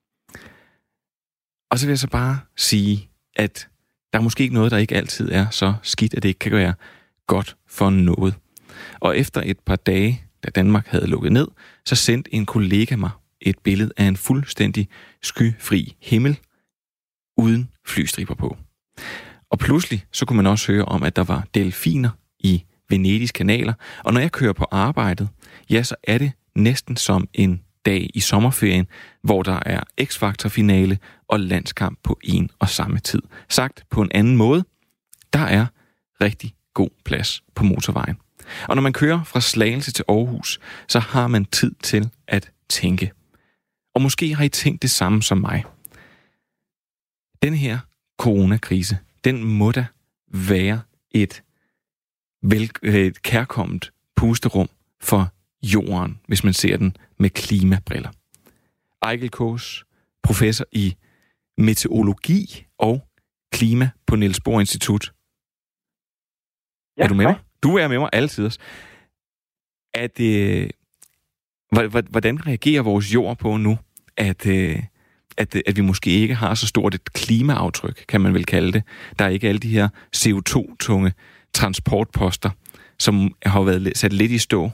Og så vil jeg så bare sige, at der er måske ikke noget, der ikke altid er så skidt, at det ikke kan være godt for noget. Og efter et par dage, da Danmark havde lukket ned, så sendte en kollega mig et billede af en fuldstændig skyfri himmel, uden flystriber på. Og pludselig så kunne man også høre om, at der var delfiner i Venedigs kanaler. Og når jeg kører på arbejdet, ja, så er det næsten som en dag i sommerferien, hvor der er X-Factor-finale og landskamp på en og samme tid. Sagt på en anden måde, der er rigtig god plads på motorvejen. Og når man kører fra Slagelse til Aarhus, så har man tid til at tænke. Og måske har I tænkt det samme som mig. Den her coronakrise, den må da være et, vel, et kærkomment pusterum for jorden, hvis man ser den med klimabriller. Ejgil Kaas, professor i meteorologi og klima på Niels Bohr Institut. Ja, er du med mig? Du er med mig altid. At, øh, hvordan reagerer vores jord på nu, at, øh, at, at vi måske ikke har så stort et klimaaftryk, kan man vel kalde det. Der er ikke alle de her C O to-tunge transportposter, som har været sat lidt i stå.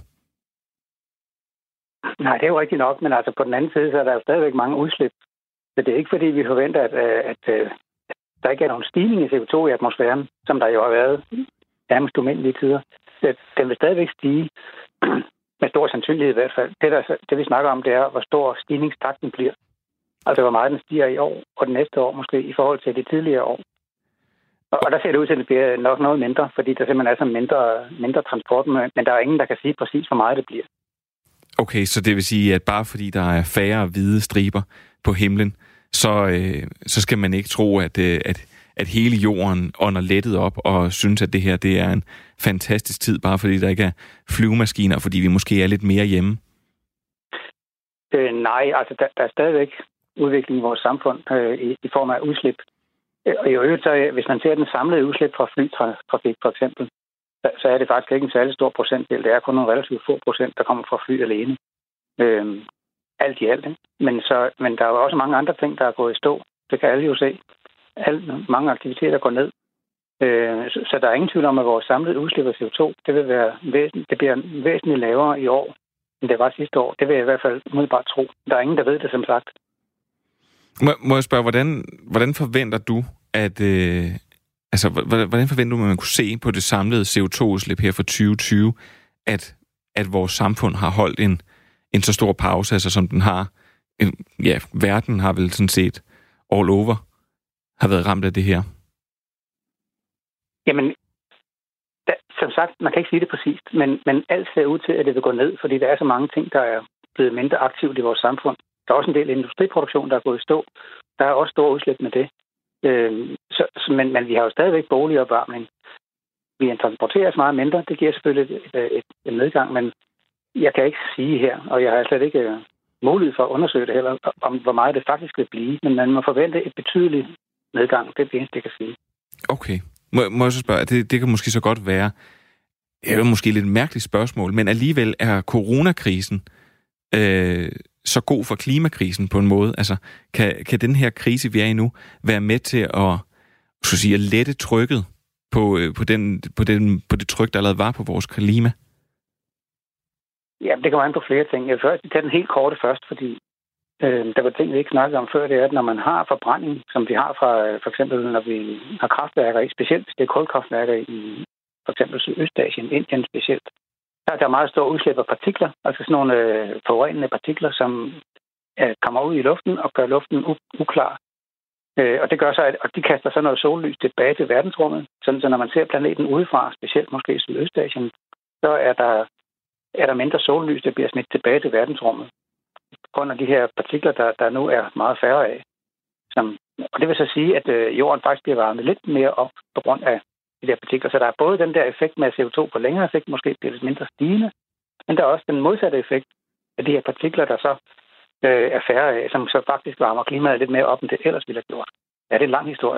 Nej, det er jo rigtigt nok, men altså på den anden side, så er der jo stadigvæk mange udslip. Så det er ikke fordi, vi forventer, at, at, at, at der ikke er nogen stigning i C O to i atmosfæren, som der jo har været nærmest umindelige tider. Den vil stadigvæk stige, med stor sandsynlighed i hvert fald. Det, der, det vi snakker om, det er, hvor stor stigningstakten bliver. Altså, hvor meget den stiger i år, og det næste år måske, i forhold til de tidligere år. Og, og der ser det ud til, at det bliver nok noget mindre, fordi der simpelthen er så mindre, mindre transport, men der er ingen, der kan sige præcis, hvor meget det bliver. Okay, så det vil sige, at bare fordi der er færre hvide striber på himlen, så, øh, så skal man ikke tro, at, øh, at, at hele jorden ånder lettet op og synes, at det her det er en fantastisk tid, bare fordi der ikke er flyvemaskiner, fordi vi måske er lidt mere hjemme? Øh, nej, altså der, der er stadigvæk udvikling i vores samfund øh, i, i form af udslip. Og i øvrigt, så hvis man ser den samlede udslip fra flytrafik for eksempel, så er det faktisk ikke en særlig stor procentdel. Det er kun nogle relativt få procent, der kommer fra fly alene. Øhm, alt i alt. Ikke? Men, så, men der er jo også mange andre ting, der er gået i stå. Det kan alle jo se. Alt, mange aktiviteter går ned. Øh, så, så der er ingen tvivl om, at vores samlede udslip af C O to, det vil være væsentligt, det bliver væsentligt lavere i år, end det var sidste år. Det vil jeg i hvert fald umiddelbart tro. Der er ingen, der ved det, som sagt. Må, må jeg spørge, hvordan, hvordan forventer du, at... Øh Altså, hvordan forventer du, at man kunne se på det samlede C O to-udslip her for tyve tyve, at, at vores samfund har holdt en, en så stor pause, altså som den har? En, ja, verden har vel sådan set all over har været ramt af det her. Jamen, da, som sagt, man kan ikke sige det præcist, men, men alt ser ud til, at det vil gå ned, fordi der er så mange ting, der er blevet mindre aktivt i vores samfund. Der er også en del industriproduktion, der er gået i stå. Der er også store udslip med det. Øh, så, så, men, men vi har jo stadigvæk boligopvarmning. Vi transporterer meget mindre. Det giver selvfølgelig et, et, et, et nedgang, men jeg kan ikke sige her, og jeg har slet ikke uh, mulighed for at undersøge det heller, om hvor meget det faktisk vil blive. Men man må forvente et betydeligt nedgang. Det er det eneste, jeg kan sige. Okay. Må, må jeg så spørge, det, det kan måske så godt være, det er jo måske lidt et mærkeligt spørgsmål, men alligevel er coronakrisen øh, så god for klimakrisen på en måde? Altså, kan, kan den her krise, vi er i nu, være med til at, så at sige, at lette trykket på, på, den, på, den, på det tryk, der allerede var på vores klima? Ja, det kommer an på flere ting. Jeg vil først tage den helt korte først, fordi øh, der var ting, vi ikke snakkede om før, det er, at når man har forbrænding, som vi har fra, for eksempel når vi har kraftværker i, specielt hvis det er kulkraftværker i for eksempel Sydøstasien, Indien specielt, der er der meget store udslip af partikler, altså sådan nogle øh, forurenende partikler, som øh, kommer ud i luften og gør luften u- uklar. Øh, og det gør så, at og de kaster så noget sollys tilbage til verdensrummet, sådan så når man ser planeten udefra, specielt måske i Sydøstasien, så er der, er der mindre sollys, der bliver smidt tilbage til verdensrummet. På grund af de her partikler, der, der nu er meget færre af. Som, og det vil så sige, at øh, jorden faktisk bliver varmet lidt mere op på grund af de der partikler. Så der er både den der effekt med C O to på længere sigt, måske bliver lidt mindre stigende, men der er også den modsatte effekt af de her partikler, der så øh, er færre af, som så faktisk varmer klimaet lidt mere op, end det ellers ville have gjort. Ja, det er en lang historie.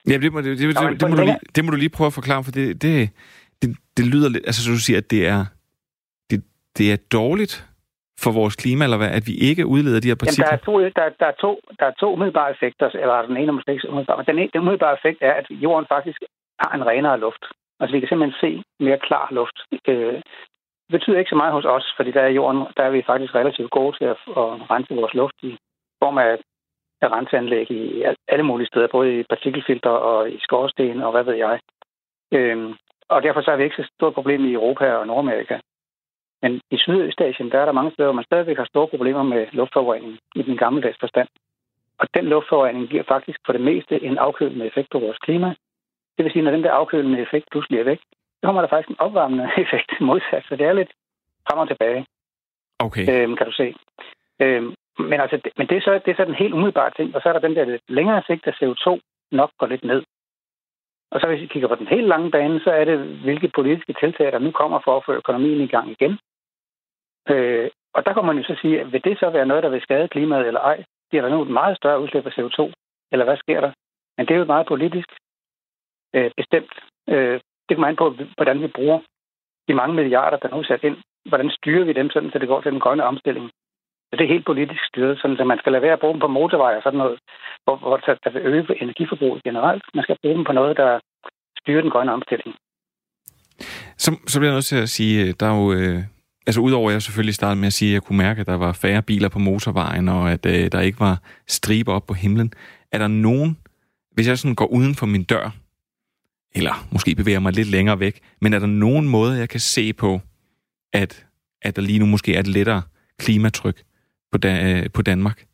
Ja, det må, det, det, det, det, må du lige, det må du lige prøve at forklare, for det, det, det, det lyder lidt... Altså, så du siger, at det er, det, det er dårligt for vores klima, eller hvad, at vi ikke udleder de her partikler? Jamen, der, er to, der, der, er to, der er to umiddelbare effekter, eller den ene er måske ikke umiddelbare, men den, ene, den umiddelbare effekt er, at jorden faktisk har en renere luft. Altså, vi kan simpelthen se mere klar luft. Øh, det betyder ikke så meget hos os, fordi der er jorden, der er vi faktisk relativt gode til at, at rense vores luft i form af, af renseanlæg i alle mulige steder, både i partikelfilter og i skorsten og hvad ved jeg. Øh, og derfor så er vi ikke så stort problem i Europa og Nordamerika. Men i Sydøstasien, der er der mange steder, hvor man stadigvæk har store problemer med luftforurening i den gammeldags forstand. Og den luftforurening giver faktisk for det meste en afkølende effekt på vores klima. Det vil sige, når den der afkølende effekt pludselig er væk, så kommer der faktisk en opvarmende effekt modsat. Så det er lidt frem og tilbage. Okay. Øhm, kan du se. Øhm, men altså, det, men det er, så, det er så den helt umiddelbare ting. Og så er der den der lidt længere sigt, at C O to nok går lidt ned. Og så hvis vi kigger på den helt lange bane, så er det, hvilke politiske tiltag, der nu kommer for at få økonomien i gang igen. Øh, og der kan man jo så sige, vil det så være noget, der vil skade klimaet eller ej? Bliver der nu et meget større udslip af C O to? Eller hvad sker der? Men det er jo meget politisk øh, bestemt. Øh, det kommer an på, hvordan vi bruger de mange milliarder, der nu er sat ind. Hvordan styrer vi dem, sådan, så det går til den grønne omstilling? Så det er helt politisk styret, sådan, så man skal lade være at bruge dem på motorveje og sådan noget, hvor, hvor der vil øge energiforbruget generelt. Man skal bruge dem på noget, der styrer den grønne omstilling. Så, så bliver jeg nødt til at sige, der er jo... Øh... Altså udover at jeg selvfølgelig startede med at sige, at jeg kunne mærke, at der var færre biler på motorvejen, og at øh, der ikke var striber op på himlen. Er der nogen, hvis jeg sådan går uden for min dør, eller måske bevæger mig lidt længere væk, men er der nogen måde, jeg kan se på, at, at der lige nu måske er et lettere klimatryk på, da, på Danmark?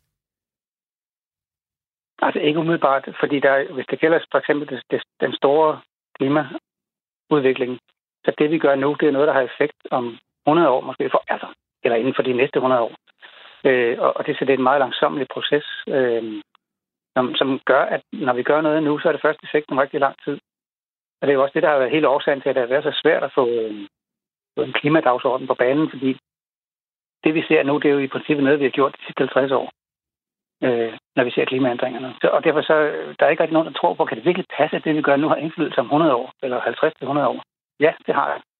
Altså ikke umiddelbart, fordi der, hvis det gælder for eksempel det, det, den store klimaudvikling, så det vi gør nu, det er noget, der har effekt om hundrede år måske, for, altså, eller inden for de næste hundrede år. Øh, og, og det, så det er en meget langsommelig proces, øh, som, som gør, at når vi gør noget nu, så er det først effekt om rigtig lang tid. Og det er jo også det, der har været hele årsagen til, at det har været så svært at få, øh, få en klimadagsorden på banen, fordi det, vi ser nu, det er jo i princippet noget, vi har gjort de sidste halvtreds år, øh, når vi ser klimaændringerne. Så, og derfor så, der er ikke rigtig nogen, der tror på, kan det virkelig passe, at det, vi gør nu, har indflydelse om hundrede år, eller halvtreds til hundrede år? Ja, det har jeg.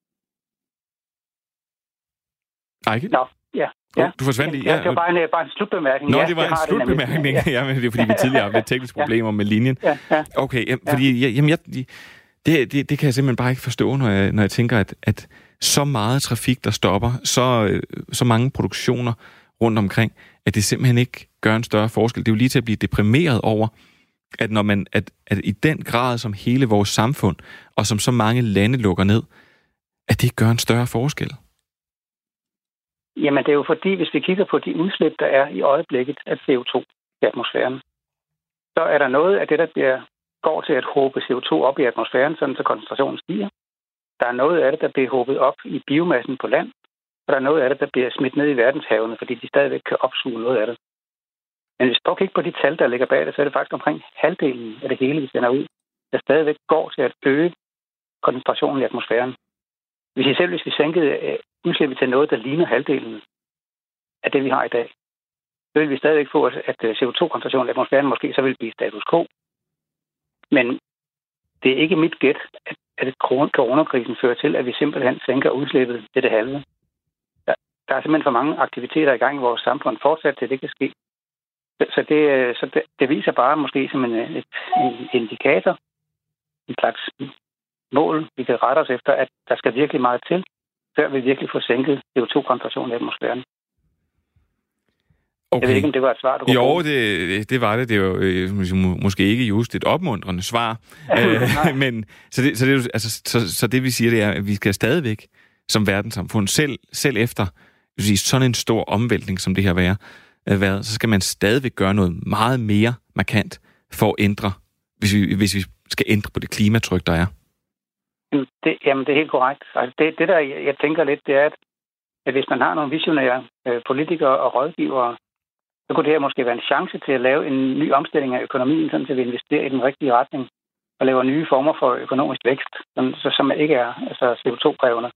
Ejke? Nå, ja. ja. Oh, du forsvandt lige. Ja, det var bare en, bare en slutbemærkning. Nå, ja, det var det en slutbemærkning. Ja. ja, men det er fordi, vi tidligere har haft tekniske problemer ja. med linjen. Ja, ja. Okay, jamen, fordi jamen, jeg, det, det, det kan jeg simpelthen bare ikke forstå, når jeg, når jeg tænker, at, at så meget trafik, der stopper, så, så mange produktioner rundt omkring, at det simpelthen ikke gør en større forskel. Det er jo lige til at blive deprimeret over, at når man at, at i den grad, som hele vores samfund, og som så mange lande lukker ned, at det gør en større forskel. Jamen, det er jo fordi, hvis vi kigger på de udslip, der er i øjeblikket af C O to i atmosfæren, så er der noget af det, der bliver, går til at håbe C O to op i atmosfæren, sådan så koncentrationen stiger. Der er noget af det, der bliver håbet op i biomassen på land, og der er noget af det, der bliver smidt ned i verdenshavene, fordi de stadigvæk kan opsuge noget af det. Men hvis vi kigger på de tal, der ligger bag det, så er det faktisk omkring halvdelen af det hele, vi sender ud, der stadigvæk går til at øge koncentrationen i atmosfæren. Hvis I selv, hvis vi sænkede udslippet til noget, der ligner halvdelen af det, vi har i dag, så vil vi stadigvæk få, at C O to-koncentrationen i atmosfæren måske så vil blive status quo. Men det er ikke mit gæt, at coronakrisen fører til, at vi simpelthen sænker udslippet til det halve. Der, der er simpelthen for mange aktiviteter i gang i vores samfund fortsat til, det kan ske. Så det, så det, det viser bare måske som en, et, en indikator, en slags mål, vi kan rette os efter, at der skal virkelig meget til, før vi virkelig får sænket C O to-koncentrationen i atmosfæren. Okay. Jeg ved ikke, om det var et svar, du kunne Jo, det, det var det. Det var øh, måske ikke just et opmuntrende svar. øh, men, så, det, så, det, altså, så, så det, vi siger, det er, at vi skal stadigvæk som verdenssamfund, selv, selv efter sige, sådan en stor omvæltning, som det her være, øh, været, så skal man stadigvæk gøre noget meget mere markant for at ændre, hvis vi, hvis vi skal ændre på det klimatryk, der er. Det, jamen, det er helt korrekt. Altså, det, det, der jeg tænker lidt, det er, at, at hvis man har nogle visionære øh, politikere og rådgivere, så kunne det her måske være en chance til at lave en ny omstilling af økonomien, sådan at vi investerer i den rigtige retning og laver nye former for økonomisk vækst, som, som ikke er altså C O to-krævende.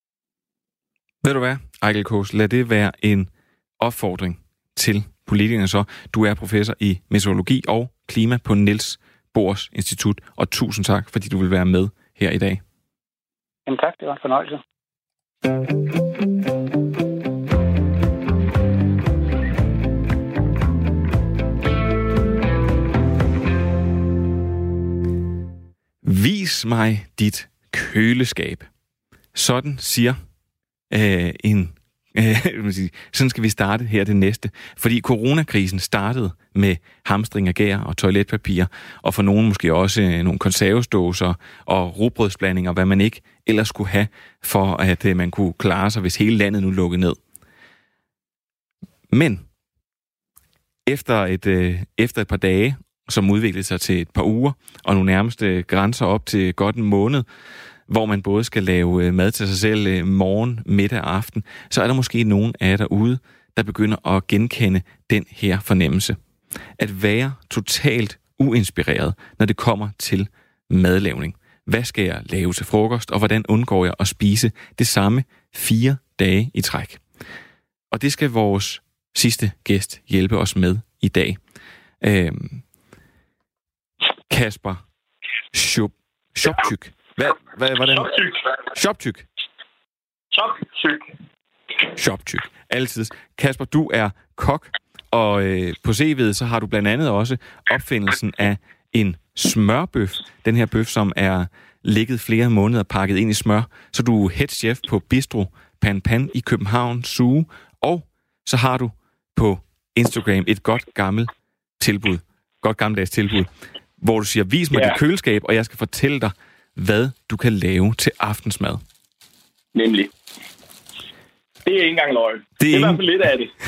Ved du hvad, Ejkel Kaas, lad det være en opfordring til politikerne så. Du er professor i meteorologi og klima på Niels Bohrs Institut. Og tusind tak, fordi du vil være med her i dag. Jamen tak, det var en fornøjelse. Vis mig dit køleskab. Sådan siger øh, en... Øh, sådan skal vi starte her det næste. Fordi coronakrisen startede med hamstring af gær og toiletpapir, og for nogen måske også øh, nogle konservesdåser og rugbrødsblandinger, hvad man ikke ellers skulle have, for at øh, man kunne klare sig, hvis hele landet nu lukkede ned. Men efter et, øh, efter et par dage, som udviklede sig til et par uger, og nu nærmeste grænser op til godt en måned, hvor man både skal lave mad til sig selv morgen, middag og aften, så er der måske nogen af jer derude, der begynder at genkende den her fornemmelse. At være totalt uinspireret, når det kommer til madlavning. Hvad skal jeg lave til frokost, og hvordan undgår jeg at spise det samme fire dage i træk? Og det skal vores sidste gæst hjælpe os med i dag. Øhm, Kasper Shoptyk. Hvad, hvad, hvordan? Shoptyk. Shoptyk. Shoptyk. Altid. Kasper, du er kok, og øh, på C V'et så har du blandt andet også opfindelsen af en smørbøf. Den her bøf, som er ligget flere måneder pakket ind i smør. Så du er head chef på Bistro Pan Pan i København Zoo. Og så har du på Instagram et godt gammelt tilbud. Godt gammeldags tilbud. Hvor du siger, vis mig yeah. dit køleskab, og jeg skal fortælle dig, hvad du kan lave til aftensmad. Nemlig. Det er ikke engang løgn. Det, det er i hvert fald lidt af det.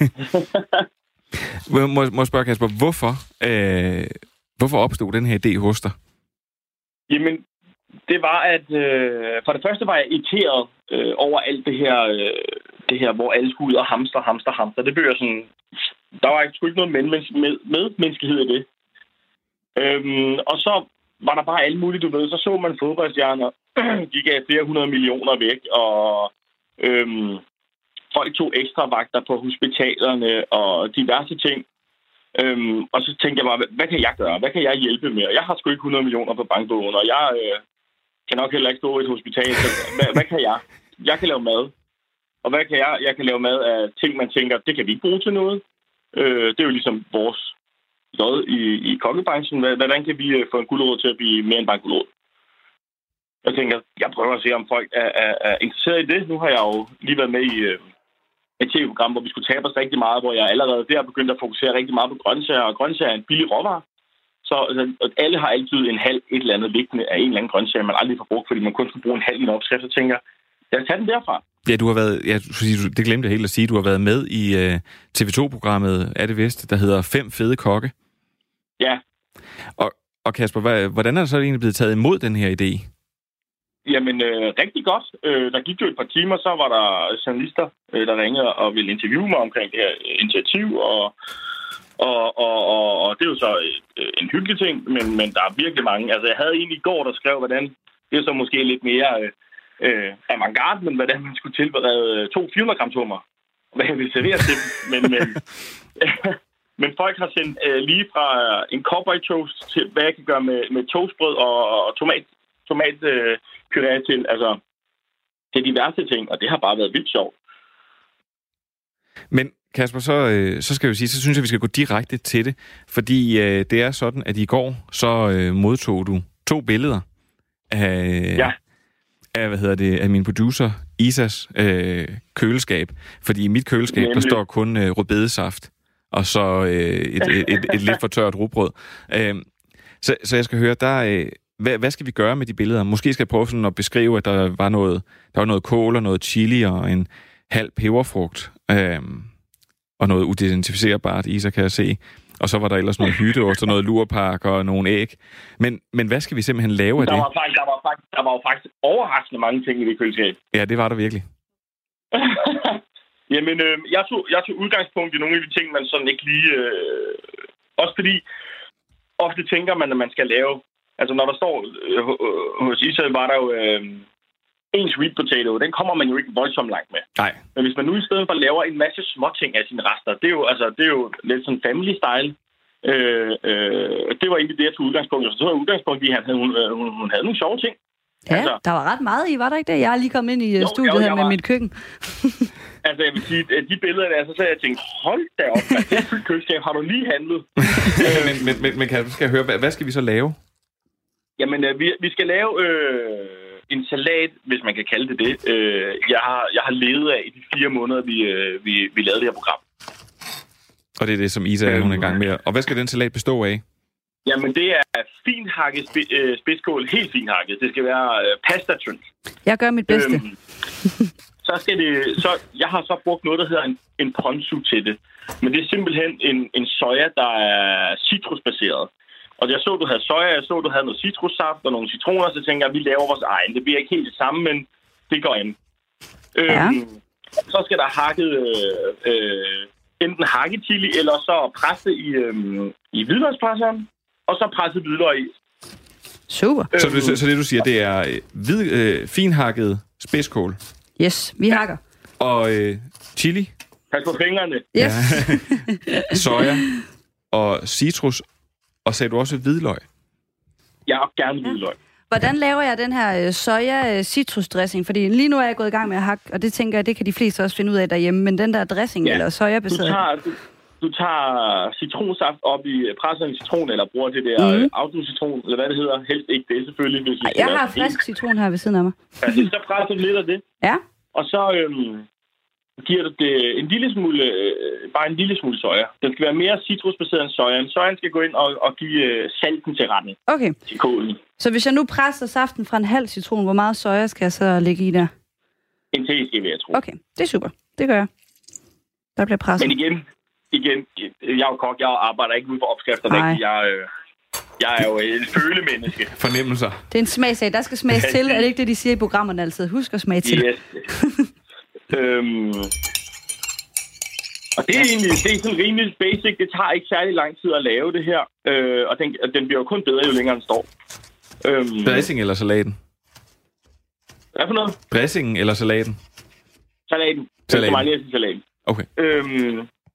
må, må jeg spørge, Kasper, hvorfor, øh, hvorfor opstod den her idé hos dig? Jamen, det var, at øh, for det første var jeg irriteret øh, over alt det her, øh, det her, hvor alle skulle ud og hamster, hamster, hamster. Det blev jeg sådan... Der var sgu ikke noget medmenneskelighed med, med i det. Øhm, og så var der bare alt muligt, du ved. Så så man fodboldstjerner, de gav flere hundrede millioner væk, og øhm, folk tog ekstra vagter på hospitalerne og diverse ting. Øhm, og så tænkte jeg bare, hvad kan jeg gøre? Hvad kan jeg hjælpe med? Og jeg har sgu ikke hundrede millioner på bankbogen, og jeg øh, kan nok heller ikke stå i et hospital. Så hvad, hvad kan jeg? Jeg kan lave mad. Og hvad kan jeg? Jeg kan lave mad af ting, man tænker, det kan vi ikke bruge til noget. Øh, det er jo ligesom vores lod i, i kokkebranchen. Hvordan kan vi få en gulerod til at blive mere end bare en gulerod? Jeg tænker, jeg prøver at se, om folk er, er, er interesseret i det. Nu har jeg jo lige været med i øh, et tv-program, hvor vi skulle tabe os rigtig meget, hvor jeg allerede der begyndte at fokusere rigtig meget på grøntsager, og grøntsager er en billig råvare. Så altså, alle har altid en halv et eller andet liggende af en eller anden grøntsag, man aldrig får brugt, fordi man kun skal bruge en halv i en opskrift. Så tænker jeg, jeg tager den derfra. Ja, du har været, ja, det glemte jeg helt at sige, du har været med i uh, T V to-programmet, er det vist, der hedder Fem Fede Kokke. Ja. Og, og Kasper, hvad, hvordan er det så egentlig blevet taget imod den her idé? Jamen, øh, rigtig godt. Øh, der gik jo et par timer, så var der journalister, øh, der ringede og ville interviewe mig omkring det her initiativ, og, og, og, og, og det er jo så øh, en hyggelig ting, men, men der er virkelig mange. Altså, jeg havde en i går, der skrev, hvordan det er så måske lidt mere øh, øh, avantgarde, men hvordan man skulle tilberede to fire hundrede gram hummer. Hvad jeg ville servere til dem. Men, men, men folk har sendt øh, lige fra en cowboy toast til, hvad jeg kan gøre med, med toastbrød og, og tomat, tomat øh, puré til, altså til diverse ting, og det har bare været vildt sjovt. Men Kasper, så, øh, så skal jeg jo sige, så synes jeg, vi skal gå direkte til det, fordi øh, det er sådan, at i går, så øh, modtog du to billeder af, ja. af, hvad hedder det, af min producer, Isas øh, køleskab, fordi i mit køleskab, Nemlig. der står kun øh, rødbedesaft, og så øh, et, et, et, et lidt for tørt rugbrød. Øh, så, så jeg skal høre, der... Øh, Hvad, hvad skal vi gøre med de billeder? Måske skal jeg prøve sådan at beskrive, at der var noget, der var noget kål og noget chili og en halv peberfrugt. Øhm, og noget uidentificerbart, Isa, kan jeg se. Og så var der ellers noget hytteost og noget lurpak og nogle æg. Men, men hvad skal vi simpelthen lave af der det? Var faktisk, der, var faktisk, der var jo faktisk overraskende mange ting i det køleskab. Ja, det var der virkelig. Jamen, øh, jeg, tog, jeg tog udgangspunkt i nogle af de ting, man sådan ikke lige... Øh, også fordi ofte tænker man, at man skal lave... Altså, når der står øh, hos Isa, var der jo øh, en sweet potato. Den kommer man jo ikke voldsomt langt med. Nej. Men hvis man nu i stedet for laver en masse småting af sine rester, det er jo, altså, det er jo lidt sådan family style. Øh, øh, det var egentlig det, jeg tog udgangspunkt i. Så tog jeg udgangspunkt i, at hun, øh, hun, hun havde nogle sjove ting. Ja, altså, der var ret meget i, var der ikke det? Jeg er lige kommet ind i jo, studiet jo, her med var... mit køkken. Altså, jeg vil sige, at de billeder der, så sagde jeg tænkt, hold da op, hvad det er fyldt køleskab, har du lige handlet? men, men, men, men kan, skal jeg høre, hvad, hvad skal vi så lave? Jamen, øh, vi, vi skal lave øh, en salat, hvis man kan kalde det det. Øh, jeg, har, jeg har levet af i de fire måneder, vi, øh, vi, vi lavede det her program. Og det er det, som Isa hun er i gang med. Og hvad skal den salat bestå af? Jamen, det er fint hakket sp- øh, spidskål, helt fint hakket. Det skal være øh, pasta tynd. Jeg gør mit bedste. Øhm, så skal det... Så, jeg har så brugt noget, der hedder en, en ponzu til det. Men det er simpelthen en, en soja, der er citrusbaseret. Og jeg så, du havde soja, jeg så, du havde noget citrussaft og nogle citroner, så tænker jeg, at vi laver vores egen. Det bliver ikke helt det samme, men det går ind. Ja. Øhm, så skal der hakket... Øh, øh, enten hakket chili, eller så presse i, øhm, i hvidløgspresseren, og så presse hvidløg i. Super. Så, øhm, så, så det, du siger, det er hvid, øh, finhakket spidskål? Yes, vi hakker. Og øh, chili? Pas på fingrene. Yes. Ja. Soja og citrus, og sagde du også hvidløg? Ja, gerne hvidløg. Hvordan laver jeg den her soja-citrusdressing? Fordi lige nu er jeg gået i gang med at hakke, og det tænker jeg, det kan de fleste også finde ud af derhjemme. Men den der dressing ja. eller sojabaseret... Du tager, du, du tager citronsaft op i presser en citron, eller bruger det der mm. autocitron, eller hvad det hedder. Helst ikke det, selvfølgelig. Hvis Ej, jeg har frisk citron her ved siden af mig. Altså, så presser du lidt af det. Ja. Og så øhm, giver du det en lille smule, øh, bare en lille smule soja. Den skal være mere citrusbaseret end sojaen. Sojaen skal gå ind og, og give øh, salten til retten. Okay. Til kålen. Så hvis jeg nu presser saften fra en halv citron, hvor meget soja skal jeg så lægge i der? En teske, vil jeg tro. Okay, det er super. Det gør jeg. Der bliver presset. Men igen, igen, jeg er jo kok, jeg arbejder ikke ud for opskrifter. Jeg, øh, jeg er jo et følemenneske. Fornemmelser. Det er en smagsag. Der skal smages til. Er det ikke det, de siger i programmerne altid? Husk at smage til. Yes. øhm, og det er egentlig det er sådan rimelig basic. Det tager ikke særlig lang tid at lave det her. Øh, og den, den bliver jo kun bedre, jo længere den står. Øhm, Dressing eller salaten? Hvad for noget? Dressingen eller salaten? Salaten. Salaten. Jeg skal salaten. Okay. Øhm,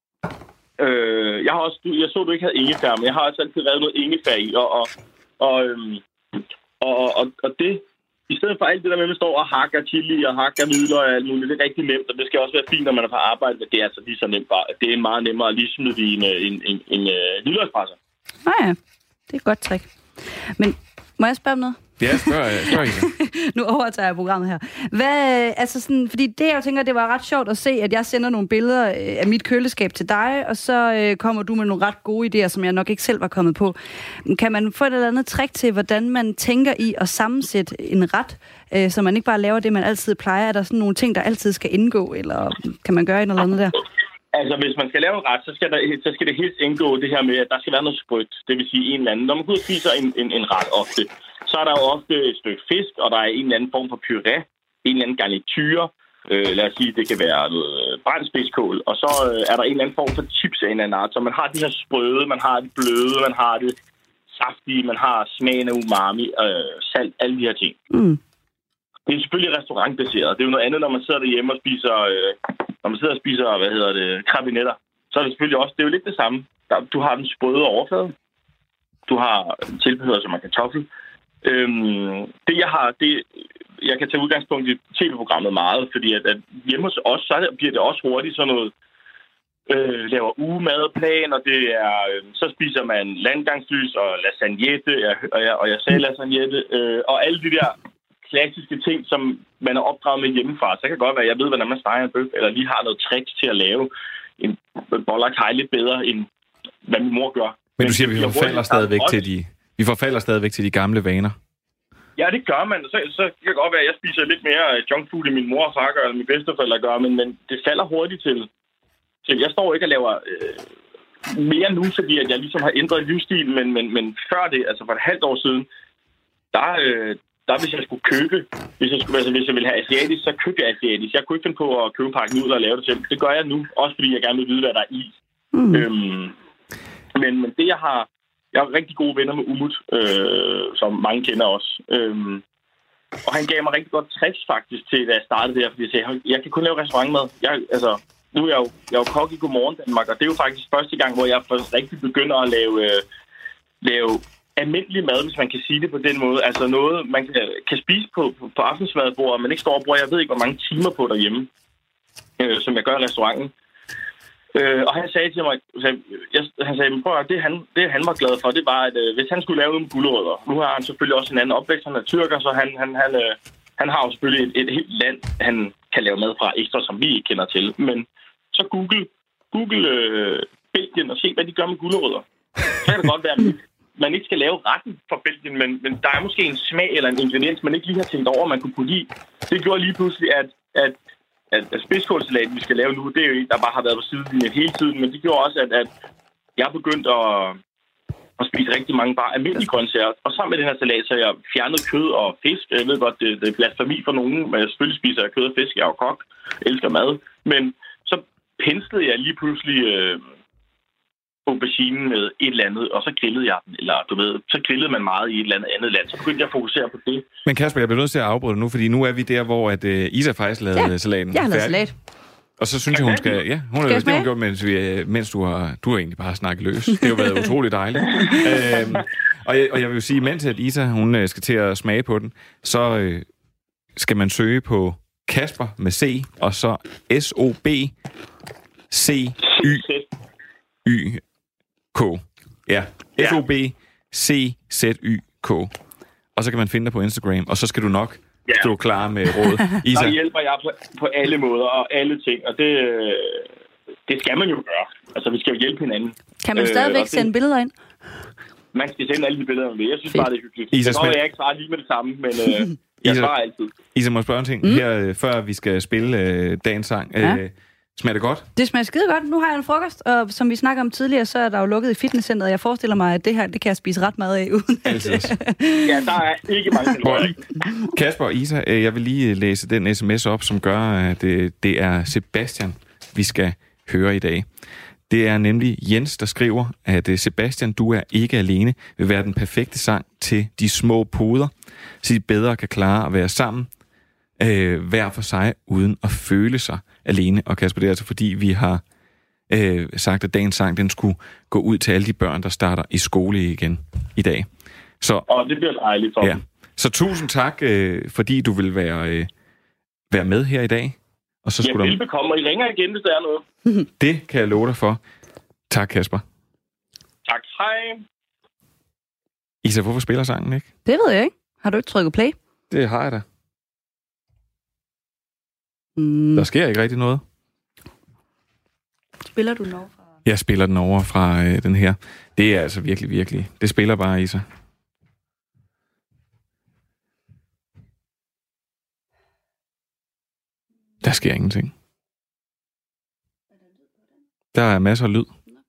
øh, jeg har også, jeg så, du ikke havde ingefær, men jeg har også altid været noget ingefær i, og, og, og, øhm, og, og, og det, i stedet for alt det der med, at man står og hakker chili og hakker hvidløg og alt muligt, det er rigtig nemt, og det skal også være fint, når man er på arbejde, men det er altså lige så nemt bare. Det er meget nemmere at lige smide i en, en, en, en, en hvidløgspresser. Nå ja, det er et godt trick. Men må jeg spørge om noget? Ja, spørg, spørg Nu overtager jeg programmet her. Hvad, altså sådan, fordi det, jeg tænker, det var ret sjovt at se, at jeg sender nogle billeder af mit køleskab til dig, og så øh, kommer du med nogle ret gode idéer, som jeg nok ikke selv var kommet på. Kan man få et eller andet trick til, hvordan man tænker i at sammensætte en ret, øh, så man ikke bare laver det, man altid plejer? Er der sådan nogle ting, der altid skal indgå, eller kan man gøre et eller andet der? Altså, hvis man skal lave en ret, så skal, der, så skal det helt indgå det her med, at der skal være noget sprødt. Det vil sige en eller anden. Når man går ud og spiser en, en, en ret ofte, så er der jo ofte et stykke fisk, og der er en eller anden form for puré, en eller anden garniture. Øh, lad os sige, det kan være noget brændt spidskål. Og så øh, er der en eller anden form for chips af en eller anden art. Så man har de her sprøde, man har det bløde, man har det saftige, man har smagen af umami, øh, salt, alle de her ting. Mm. Det er selvfølgelig restaurantbaseret. Det er jo noget andet, når man sidder derhjemme og spiser... Øh, Når man sidder og spiser, hvad hedder det, krabinetter, så er det selvfølgelig også, det er jo lidt det samme. Du har den sprøde overflade. Du har tilbehør som en kartoffel. Øhm, det jeg har, det, jeg kan tage udgangspunkt i tv-programmet meget, fordi at, at hjemme hos os, så bliver det også hurtigt sådan noget, øh, laver ugemadplan, og det er, øh, så spiser man landgangslys og lasagnette, og jeg, og jeg sagde lasagnette, øh, og alle de der klassiske ting, som man er opdraget med hjemmefra. Så kan det godt være, at jeg ved, hvordan man steger en bøf, eller lige har noget tricks til at lave en boller kaj lidt bedre, end hvad min mor gør. Men, Men du siger, at vi forfalder stadigvæk til de, vi forfalder stadigvæk til de gamle vaner. Ja, det gør man. Så, så kan det godt være, at jeg spiser lidt mere junk food, end min mor og far gør, eller mine bedsteforældre gør, men, men det falder hurtigt til. til. Jeg står ikke og laver øh, mere nu, fordi at jeg ligesom har ændret livsstil, men, men, men før det, altså for et halvt år siden, der... Øh, Der hvis jeg skulle købe, hvis jeg, skulle, altså, hvis jeg ville have asiatisk, så købte jeg asiatisk. Jeg kunne ikke finde på at købe en pakke nudler og lave det selv. Det gør jeg nu, også fordi jeg gerne vil vide, hvad der er i. Mm. Øhm, men, men det, jeg har... Jeg har rigtig gode venner med Umut, øh, som mange kender også. Øhm, og han gav mig rigtig godt tricks faktisk til, da jeg startede der, fordi jeg sagde, jeg kan kun lave restaurantmad. Jeg, altså, nu er jeg jo, jeg er jo kok i Godmorgen Danmark, og det er jo faktisk første gang, hvor jeg først rigtig begynder at lave, øh, lave almindelig mad, hvis man kan sige det på den måde. Altså noget, man kan, kan spise på, på, på aftensmadbordet, men ikke står og bruger, jeg ved ikke, hvor mange timer på derhjemme, øh, som jeg gør i restauranten. Øh, og han sagde til mig, jeg, han sagde, prøv at det han, det han var glad for, det var, at øh, hvis han skulle lave nogle gulerødder, nu har han selvfølgelig også en anden opvækst, han er tyrker, så han, han, han, øh, han har jo selvfølgelig et, et helt land, han kan lave mad fra ekstra, som vi ikke kender til. Men så Google, Google øh, Belgien og se, hvad de gør med gulerødder. Så kan det godt være, at man ikke skal lave retten for Belgien, men, men der er måske en smag eller en ingrediens, man ikke lige har tænkt over, man kunne putte i. Det gjorde lige pludselig, at, at, at, at spidskålsalaten, vi skal lave nu, det er jo en, der bare har været på sidelinjen hele tiden, men det gjorde også, at, at jeg begyndte at, at spise rigtig mange bare almindelige grøntsager. Og sammen med den her salat, så har jeg fjernet kød og fisk. Jeg ved godt, det, det er blasfemi for nogen, men jeg selvfølgelig spiser jeg kød og fisk. Jeg er jo kok, elsker mad. Men så penslede jeg lige pludselig øh, auberginen med et eller andet, og så grillede jeg den. Eller du ved, så grillede man meget i et eller andet andet land. Så begyndte jeg at fokusere på det. Men Kasper, jeg bliver nødt til at afbryde nu, fordi nu er vi der, hvor at, uh, Isa faktisk lavede ja, salaten. jeg har lavet salat. Og så synes jeg, hun skal... Ja, hun har det, hun gjort, mens, vi, mens du har... Du har egentlig bare snakket løs. Det har jo været utroligt dejligt. øhm, og, jeg, og jeg vil jo sige, mens at Isa, hun skal til at smage på den, så øh, skal man søge på Kasper med C, og så S O B C Y Y K. Ja, S O B C Z Y K. Og så kan man finde dig på Instagram, og så skal du nok ja. stå klar med råd. Isa. Der hjælper jeg på, på alle måder og alle ting, og det, det skal man jo gøre. Altså, vi skal jo hjælpe hinanden. Kan man stadigvæk øh, sende billeder ind? Man skal sende alle de billeder, man vil. Jeg synes Fedt. bare, det er hyggeligt. Isa, så jeg ikke svarer lige med det samme, men øh, jeg Isa, svarer altid. Isa, må jeg spørge en ting? Mm. Her, før vi skal spille øh, dagens sang. Ja. Øh, smager det godt? Det smager skide godt. Nu har jeg en frokost, og som vi snakker om tidligere, så er der jo lukket i fitnesscenteret. Jeg forestiller mig, at det her, det kan jeg spise ret meget af uden. Altid. Ja, der er ikke mange. Kasper og Isa, jeg vil lige læse den sms op, som gør, at det, det er Sebastian, vi skal høre i dag. Det er nemlig Jens, der skriver, at Sebastian, du er ikke alene, vil være den perfekte sang til de små poder, så de bedre kan klare at være sammen, øh, hver for sig, uden at føle sig alene. Og Kasper, det er altså fordi, vi har øh, sagt, at dagens sang, den skulle gå ud til alle de børn, der starter i skole igen i dag. Så, og det bliver dejligt for ja. dem. Så tusind tak, øh, fordi du vil være, øh, være med her i dag. Og så skulle ja, velbekomme, og I ringer igen, hvis der er noget. Det kan jeg love dig for. Tak, Kasper. Tak, hej. Isa, hvorfor spiller sangen ikke? Det ved jeg ikke. Har du ikke trykket play? Det har jeg da. Mm. Der sker ikke rigtig noget. Spiller du den over fra? Jeg spiller den over fra øh, den her. Det er altså virkelig, virkelig. Det spiller bare, Isa. Der sker ingenting. Der er masser af lyd.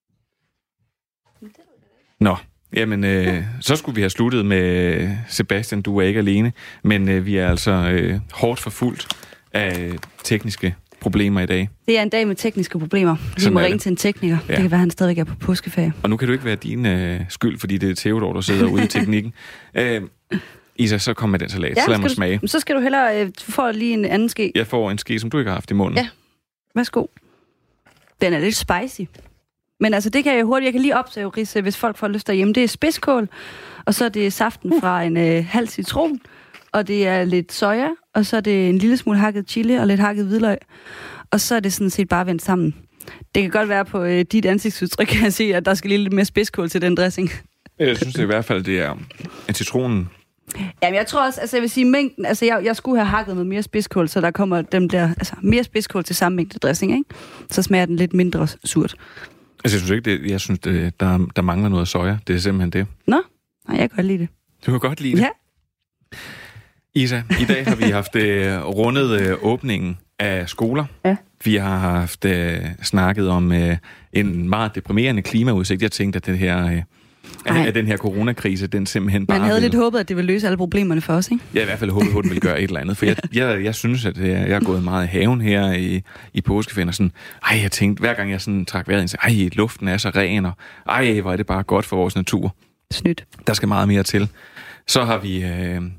Nå, jamen, øh, så skulle vi have sluttet med Sebastian, du er ikke alene, men øh, vi er altså øh, hårdt forfulgt af tekniske problemer i dag. Det er en dag med tekniske problemer. Vi må ringe til en tekniker. Ja. Det kan være, han stadigvæk er på påskeferie. Og nu kan du ikke være din øh, skyld, fordi det er Theodor, der sidder ude i teknikken. Øh, Isa, så kom med den salat. Ja, så lad mig smage. Du, så skal du hellere... Øh, du får lige en anden ske. Jeg får en ske, som du ikke har haft i munden. Ja, værsgo. Den er lidt spicy. Men altså, det kan jeg hurtigt... Jeg kan lige opsage, Risse, hvis folk får lyst derhjemme. Det er spidskål, og så er det saften fra en øh, halv citron, og det er lidt soja, og så er det en lille smule hakket chili og lidt hakket hvidløg. Og så er det sådan set bare vendt sammen. Det kan godt være på øh, dit ansigtsudtryk, kan jeg se, at der skal lige lidt mere spidskål til den dressing. Jeg synes det i hvert fald, det er en citronen. Jamen, jeg tror også, altså jeg vil sige mængden, altså jeg, jeg skulle have hakket med mere spidskål, så der kommer dem der, altså mere spidskål til samme mængde dressing, ikke? Så smager den lidt mindre surt. Altså jeg synes ikke, det, jeg synes, det, der, der mangler noget soja. Det er simpelthen det. Nå, nej, jeg kan godt lide det. Du kan godt lide det? Ja. Isa, i dag har vi haft øh, rundet øh, åbningen af skoler. Ja. Vi har haft øh, snakket om øh, en meget deprimerende klimaudsigt. Jeg tænkte, at det her... Øh, at den her coronakrise, den simpelthen bare... Man havde vil... lidt håbet, at det ville løse alle problemerne for os, ikke? Jeg i hvert fald håbet, at den ville gøre et eller andet. For jeg, jeg, jeg synes, at jeg er gået meget i haven her i, i påskeferien, og sådan, ej, jeg tænkte, hver gang jeg sådan trak vejret ind, så, ej, luften er så ren, og ej, hvor er det bare godt for vores natur. Snydt. Der skal meget mere til. Så har vi... Øh,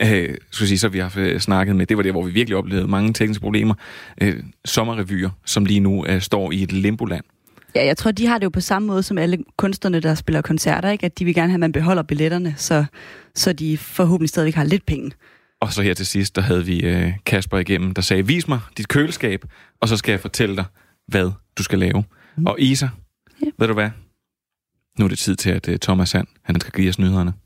Øh, skulle sige, så vi har haft snakket med, det var det, hvor vi virkelig oplevede mange tekniske problemer. Øh, sommerrevyer, som lige nu øh, står i et limboland. Ja, jeg tror, de har det jo på samme måde som alle kunstnerne, der spiller koncerter, ikke? At de vil gerne have, at man beholder billetterne, så, så de forhåbentlig stadigvæk har lidt penge. Og så her til sidst, der havde vi øh, Kasper igennem, der sagde, vis mig dit køleskab, og så skal jeg fortælle dig, hvad du skal lave. Mm. Og Isa, ja. Ved du hvad? Nu er det tid til, at uh, Thomas Sand, han skal give os nyhederne.